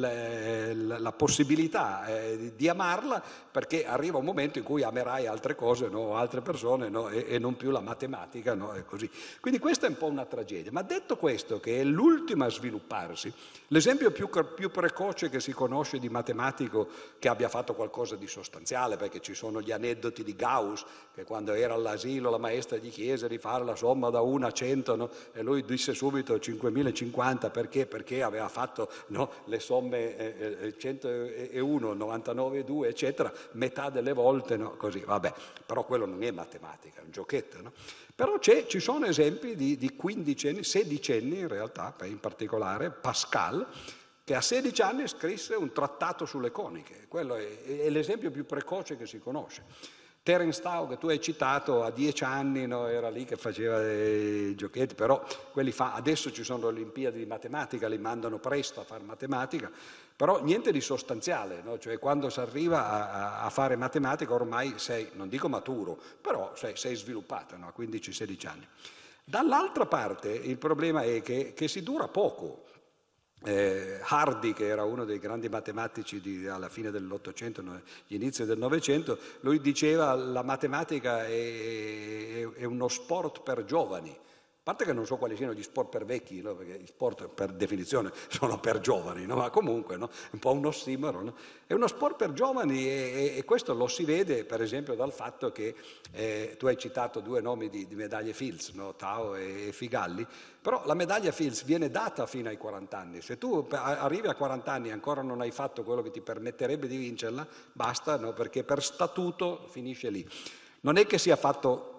il, il, la possibilità eh, di amarla, perché arriva un momento in cui amerai altre cose, no? Altre persone, no? e, e non più la matematica, no? E così. Quindi questa è un po' una tragedia. Ma detto questo, che è l'ultima a svilupparsi, l'esempio più, più precoce che si conosce di matematico che abbia fatto qualcosa di sostanziale, perché ci sono gli aneddoti di Gauss, che quando era all'asilo la maestra gli chiese di fare la somma da uno a cento, no? E lui disse subito cinquemilacinquanta, perché? Perché aveva fatto, no, le somme eh, centouno, novantanove, due, eccetera, metà delle volte, no? Così, vabbè, però quello non è matematica, è un giochetto, no? Però ci sono esempi di, di quindicenni, sedicenni in realtà, in particolare Pascal, che a sedici anni scrisse un trattato sulle coniche. Quello è, è l'esempio più precoce che si conosce. Terence Tao, che tu hai citato, a dieci anni, no, era lì che faceva dei giochetti, però quelli fa, adesso ci sono le Olimpiadi di matematica, li mandano presto a fare matematica, però niente di sostanziale, no? Cioè quando si arriva a, a fare matematica ormai sei, non dico maturo, però sei, sei sviluppato, no? A quindici sedici anni. Dall'altra parte il problema è che, che si dura poco. Eh, Hardy, che era uno dei grandi matematici di, alla fine dell'Ottocento, gli inizi del Novecento, lui diceva che la matematica è, è, è uno sport per giovani. A parte che non so quali siano gli sport per vecchi, no? Perché gli sport per definizione sono per giovani, no? Ma comunque, no? È un po' un ossimoro, no? È uno sport per giovani e, e questo lo si vede per esempio dal fatto che eh, tu hai citato due nomi di, di medaglie Fields, no? Tao e, e Figalli, però la medaglia Fields viene data fino ai quaranta anni. Se tu arrivi a quaranta anni e ancora non hai fatto quello che ti permetterebbe di vincerla, basta, no? Perché per statuto finisce lì. Non è che sia fatto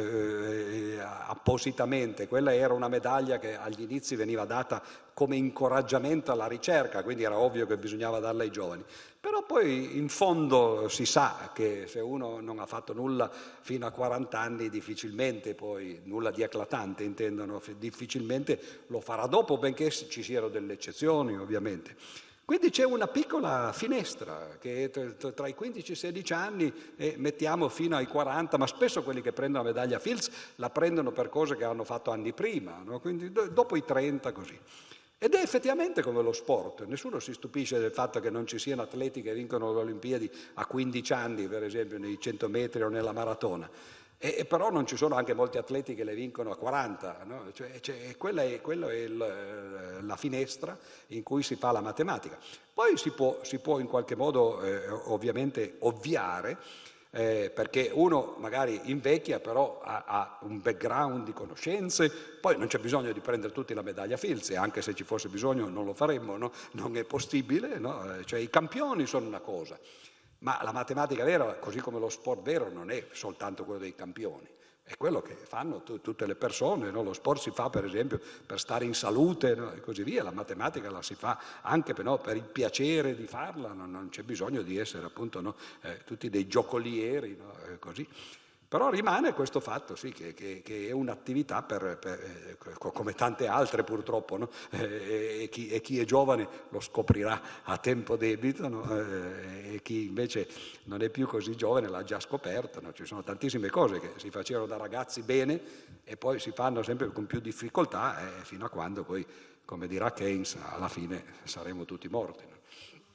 Eh, appositamente, quella era una medaglia che agli inizi veniva data come incoraggiamento alla ricerca, quindi era ovvio che bisognava darla ai giovani, però poi in fondo si sa che se uno non ha fatto nulla fino a quaranta anni difficilmente poi, nulla di eclatante intendono, difficilmente lo farà dopo, benché ci siano delle eccezioni ovviamente. Quindi c'è una piccola finestra che tra i quindici e i sedici anni e mettiamo fino ai quaranta, ma spesso quelli che prendono la medaglia Fields la prendono per cose che hanno fatto anni prima, no? Quindi dopo i trenta così. Ed è effettivamente come lo sport, nessuno si stupisce del fatto che non ci siano atleti che vincono le Olimpiadi a quindici anni, per esempio nei cento metri o nella maratona. E, e però non ci sono anche molti atleti che le vincono a quaranta, no? Cioè, cioè, quella è, quella è il, la finestra in cui si fa la matematica. Poi si può, si può in qualche modo eh, ovviamente ovviare, eh, perché uno magari invecchia però ha, ha un background di conoscenze, poi non c'è bisogno di prendere tutti la medaglia Fields, e anche se ci fosse bisogno non lo faremmo, no? Non è possibile, no? Cioè, i campioni sono una cosa. Ma la matematica vera, così come lo sport vero, non è soltanto quello dei campioni, è quello che fanno t- tutte le persone, no? Lo sport si fa per esempio per stare in salute, no? E così via, la matematica la si fa anche per, no? Per il piacere di farla, no? Non c'è bisogno di essere appunto, no? eh, tutti dei giocolieri, no? eh, così. Però rimane questo fatto, sì, che, che, che è un'attività per, per, come tante altre purtroppo, no? eh, e, chi, e chi è giovane lo scoprirà a tempo debito, no? eh, e chi invece non è più così giovane l'ha già scoperto, no? Ci sono tantissime cose che si facevano da ragazzi bene e poi si fanno sempre con più difficoltà, eh, fino a quando poi, come dirà Keynes, alla fine saremo tutti morti. No?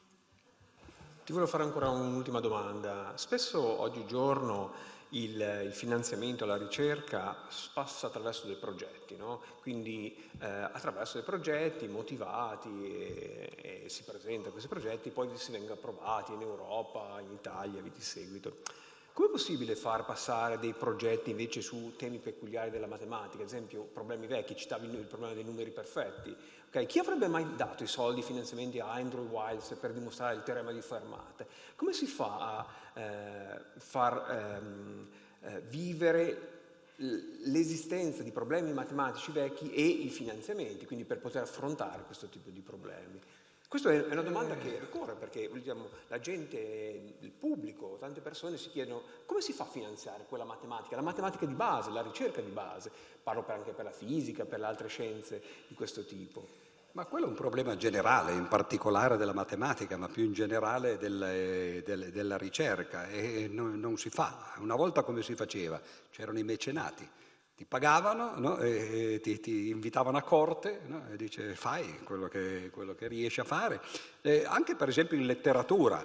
Ti volevo fare ancora un'ultima domanda. Spesso oggigiorno il, il finanziamento alla ricerca passa attraverso dei progetti, no? Quindi eh, attraverso dei progetti motivati e, e si presentano questi progetti, poi si vengono approvati in Europa, in Italia, via di seguito. Com'è possibile far passare dei progetti invece su temi peculiari della matematica, ad esempio problemi vecchi, citavi il problema dei numeri perfetti? Okay, chi avrebbe mai dato i soldi, i finanziamenti a Andrew Wiles per dimostrare il teorema di Fermat? Come si fa a eh, far ehm, eh, vivere l'esistenza di problemi matematici vecchi e i finanziamenti, quindi per poter affrontare questo tipo di problemi? Questa è una domanda che ricorre perché diciamo, la gente, il pubblico, tante persone si chiedono come si fa a finanziare quella matematica, la matematica di base, la ricerca di base, parlo per anche per la fisica, per le altre scienze di questo tipo. Ma quello è un problema generale, in particolare della matematica, ma più in generale del, del, della ricerca, e non, non si fa. Una volta come si faceva? C'erano i mecenati. Ti pagavano, no? e ti, ti invitavano a corte, no? E dice fai quello che, quello che riesci a fare. Eh, anche per esempio in letteratura,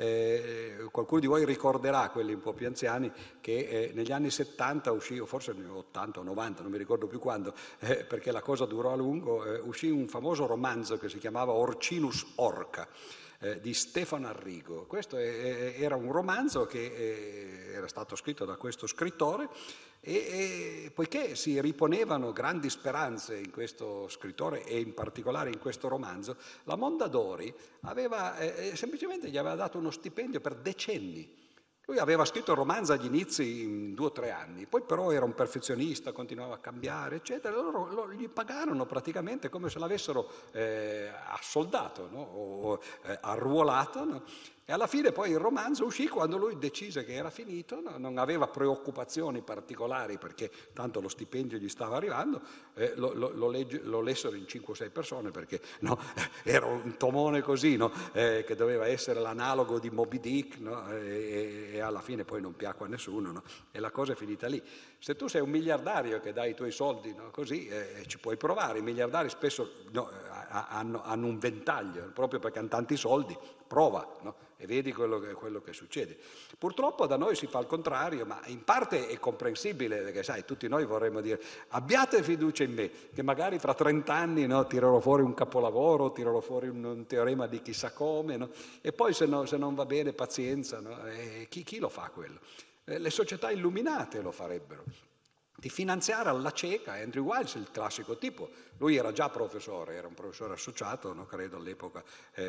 eh, qualcuno di voi ricorderà, quelli un po' più anziani, che eh, negli anni settanta uscì, o forse negli ottanta o novanta, non mi ricordo più quando, eh, perché la cosa durò a lungo, eh, uscì un famoso romanzo che si chiamava Orcinus Orca. Eh, di Stefano Arrigo. Questo è, è, era un romanzo che eh, era stato scritto da questo scrittore e, e poiché si riponevano grandi speranze in questo scrittore e in particolare in questo romanzo, la Mondadori aveva, eh, semplicemente gli aveva dato uno stipendio per decenni. Lui aveva scritto il romanzo agli inizi in due o tre anni, poi però era un perfezionista, continuava a cambiare, eccetera. Loro lo, gli pagarono praticamente come se l'avessero eh, assoldato, no? o eh, arruolato, no? E alla fine poi il romanzo uscì quando lui decise che era finito, no? Non aveva preoccupazioni particolari perché tanto lo stipendio gli stava arrivando, eh, lo, lo, lo, legge, lo lessero in cinque o sei persone perché no? Era un tomone così, no? eh, che doveva essere l'analogo di Moby Dick, no? e, e alla fine poi non piacque a nessuno, no? E la cosa è finita lì. Se tu sei un miliardario che dai i tuoi soldi, no? Così eh, ci puoi provare, i miliardari spesso no, hanno, hanno un ventaglio, proprio perché hanno tanti soldi, prova, no? E vedi quello che, quello che succede. Purtroppo da noi si fa il contrario, ma in parte è comprensibile, perché sai, tutti noi vorremmo dire abbiate fiducia in me, che magari fra trent'anni no, tirerò fuori un capolavoro, tirerò fuori un, un teorema di chissà come, no? E poi se, no, se non va bene pazienza, no? E chi, chi lo fa quello? Eh, le società illuminate lo farebbero. Di finanziare alla cieca. Andrew Wiles è il classico tipo, lui era già professore, era un professore associato, no, credo all'epoca,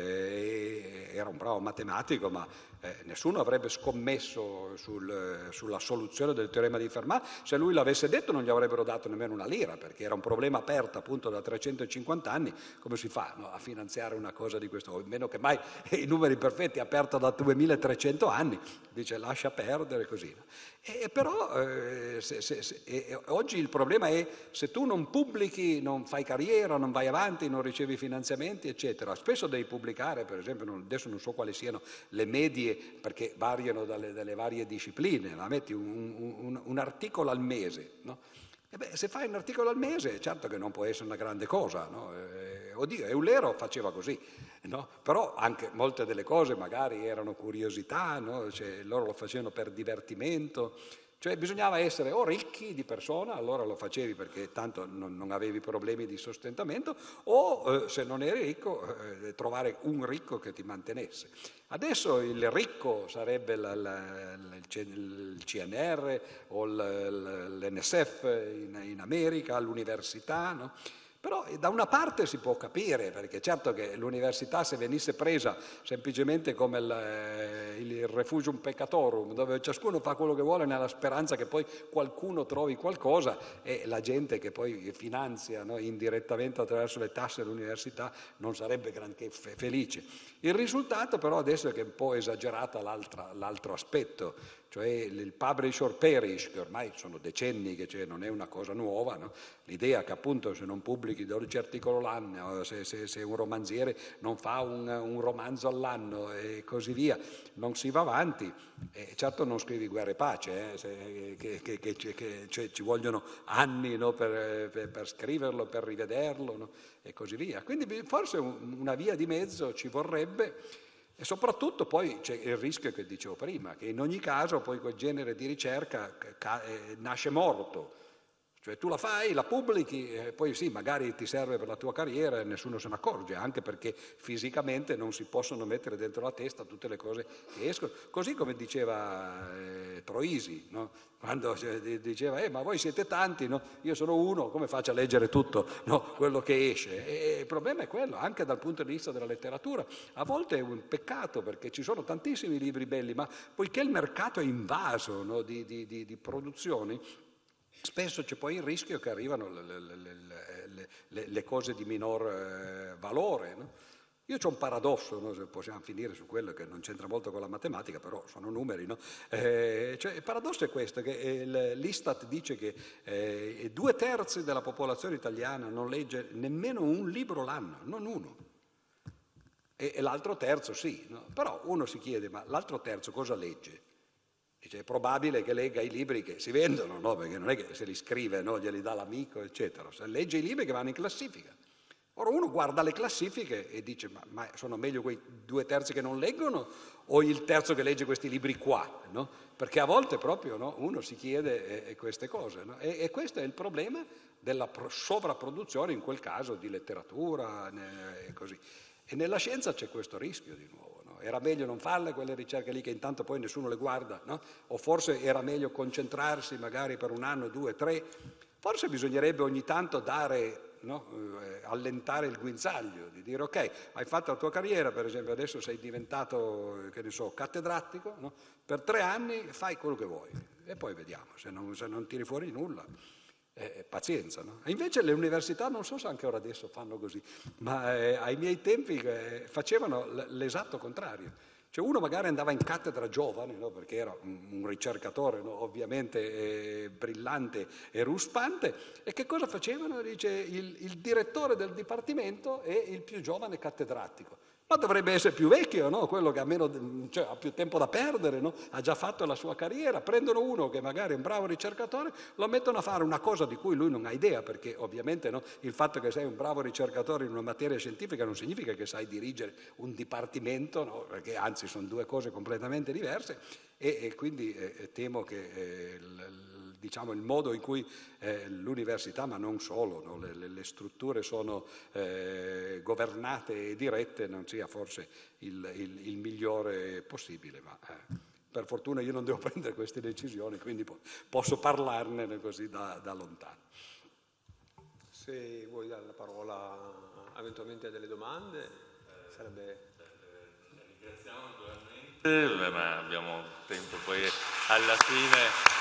eh, era un bravo matematico, ma eh, nessuno avrebbe scommesso sul, sulla soluzione del teorema di Fermat. Se lui l'avesse detto non gli avrebbero dato nemmeno una lira, perché era un problema aperto appunto da trecentocinquanta anni. Come si fa no, a finanziare una cosa di questo? Meno che mai i numeri perfetti, aperto da duemilatrecento anni, dice lascia perdere così. No? E però eh, se, se, se, e oggi il problema è se tu non pubblichi, non fai carriera, non vai avanti, non ricevi finanziamenti, eccetera. Spesso devi pubblicare, per esempio, non, adesso non so quali siano le medie, perché variano dalle, dalle varie discipline, ma metti un, un, un articolo al mese, no? E beh, se fai un articolo al mese, certo che non può essere una grande cosa, no? Eh, oddio, Eulero faceva così, no? Però anche molte delle cose magari erano curiosità, no? Cioè, loro lo facevano per divertimento, cioè bisognava essere o ricchi di persona, allora lo facevi perché tanto non, non avevi problemi di sostentamento, o eh, se non eri ricco, eh, trovare un ricco che ti mantenesse. Adesso il ricco sarebbe la, la, la, il C N R o l'N S F in, in America, l'università, no? Però da una parte si può capire, perché certo che l'università se venisse presa semplicemente come il, il refugium peccatorum, dove ciascuno fa quello che vuole nella speranza che poi qualcuno trovi qualcosa, e la gente che poi finanzia no, indirettamente attraverso le tasse dell'università non sarebbe granché felice. Il risultato però adesso è che è un po' esagerata l'altro aspetto, cioè il publish or perish, che ormai sono decenni che c'è, non è una cosa nuova, no? L'idea che appunto se non pubblichi dodici articoli all'anno, se, se, se un romanziere non fa un, un romanzo all'anno e così via, non si va avanti. E certo non scrivi Guerra e Pace, eh, se, che, che, che, che cioè, ci vogliono anni, no, per, per, per scriverlo, per rivederlo, no? E così via. Quindi forse una via di mezzo ci vorrebbe. E soprattutto poi c'è il rischio che dicevo prima, che in ogni caso poi quel genere di ricerca ca- eh, nasce morto. Cioè tu la fai, la pubblichi, e poi sì, magari ti serve per la tua carriera e nessuno se ne accorge, anche perché fisicamente non si possono mettere dentro la testa tutte le cose che escono. Così come diceva eh, Troisi, no? Quando diceva, eh, ma voi siete tanti, no? Io sono uno, come faccio a leggere tutto, no? Quello che esce? E il problema è quello, anche dal punto di vista della letteratura. A volte è un peccato perché ci sono tantissimi libri belli, ma poiché il mercato è invaso, no? di, di, di, di produzioni, spesso c'è poi il rischio che arrivano le, le, le, le, le cose di minor eh, valore, no? Io c'ho un paradosso, no? Se possiamo finire su quello che non c'entra molto con la matematica, però sono numeri, no? Eh, cioè, il paradosso è questo, che eh, l'Istat dice che eh, due terzi della popolazione italiana non legge nemmeno un libro l'anno, non uno. E, e l'altro terzo sì, no? Però uno si chiede, ma l'altro terzo cosa legge? Dice, è probabile che legga i libri che si vendono, no? Perché non è che se li scrive, no? Glieli dà l'amico, eccetera. Se legge i libri che vanno in classifica. Ora uno guarda le classifiche e dice, ma, ma sono meglio quei due terzi che non leggono o il terzo che legge questi libri qua? No? Perché a volte proprio, no? Uno si chiede eh, queste cose. No? E, e questo è il problema della pro- sovrapproduzione, in quel caso, di letteratura ne, e così. E nella scienza c'è questo rischio di nuovo. Era meglio non farle quelle ricerche lì che intanto poi nessuno le guarda, no? O forse era meglio concentrarsi magari per un anno, due, tre. Forse bisognerebbe ogni tanto dare, no? eh, allentare il guinzaglio, di dire ok, hai fatto la tua carriera, per esempio adesso sei diventato, che ne so, cattedratico, no? Per tre anni fai quello che vuoi e poi vediamo, se non, se non tiri fuori nulla. Eh, pazienza, no? E invece le università, non so se anche ora adesso fanno così, ma eh, ai miei tempi eh, facevano l- l'esatto contrario. Cioè uno magari andava in cattedra giovane, no? Perché era un, un ricercatore, no? Ovviamente eh, brillante e ruspante, e che cosa facevano? Dice il, il direttore del dipartimento e il più giovane cattedratico. Ma dovrebbe essere più vecchio, no? Quello che ha, meno, cioè, ha più tempo da perdere, no? Ha già fatto la sua carriera, prendono uno che magari è un bravo ricercatore, lo mettono a fare una cosa di cui lui non ha idea, perché ovviamente, no? Il fatto che sei un bravo ricercatore in una materia scientifica non significa che sai dirigere un dipartimento, no? Perché anzi sono due cose completamente diverse e, e quindi eh, temo che eh, il, diciamo, il modo in cui eh, l'università, ma non solo, no? le, le, le strutture sono eh, governate e dirette, non sia forse il, il, il migliore possibile, ma eh, per fortuna io non devo prendere queste decisioni, quindi po- posso parlarne così da, da lontano. Se vuoi dare la parola eventualmente a delle domande, eh, sarebbe... Ringraziamo naturalmente, ma abbiamo tempo poi alla fine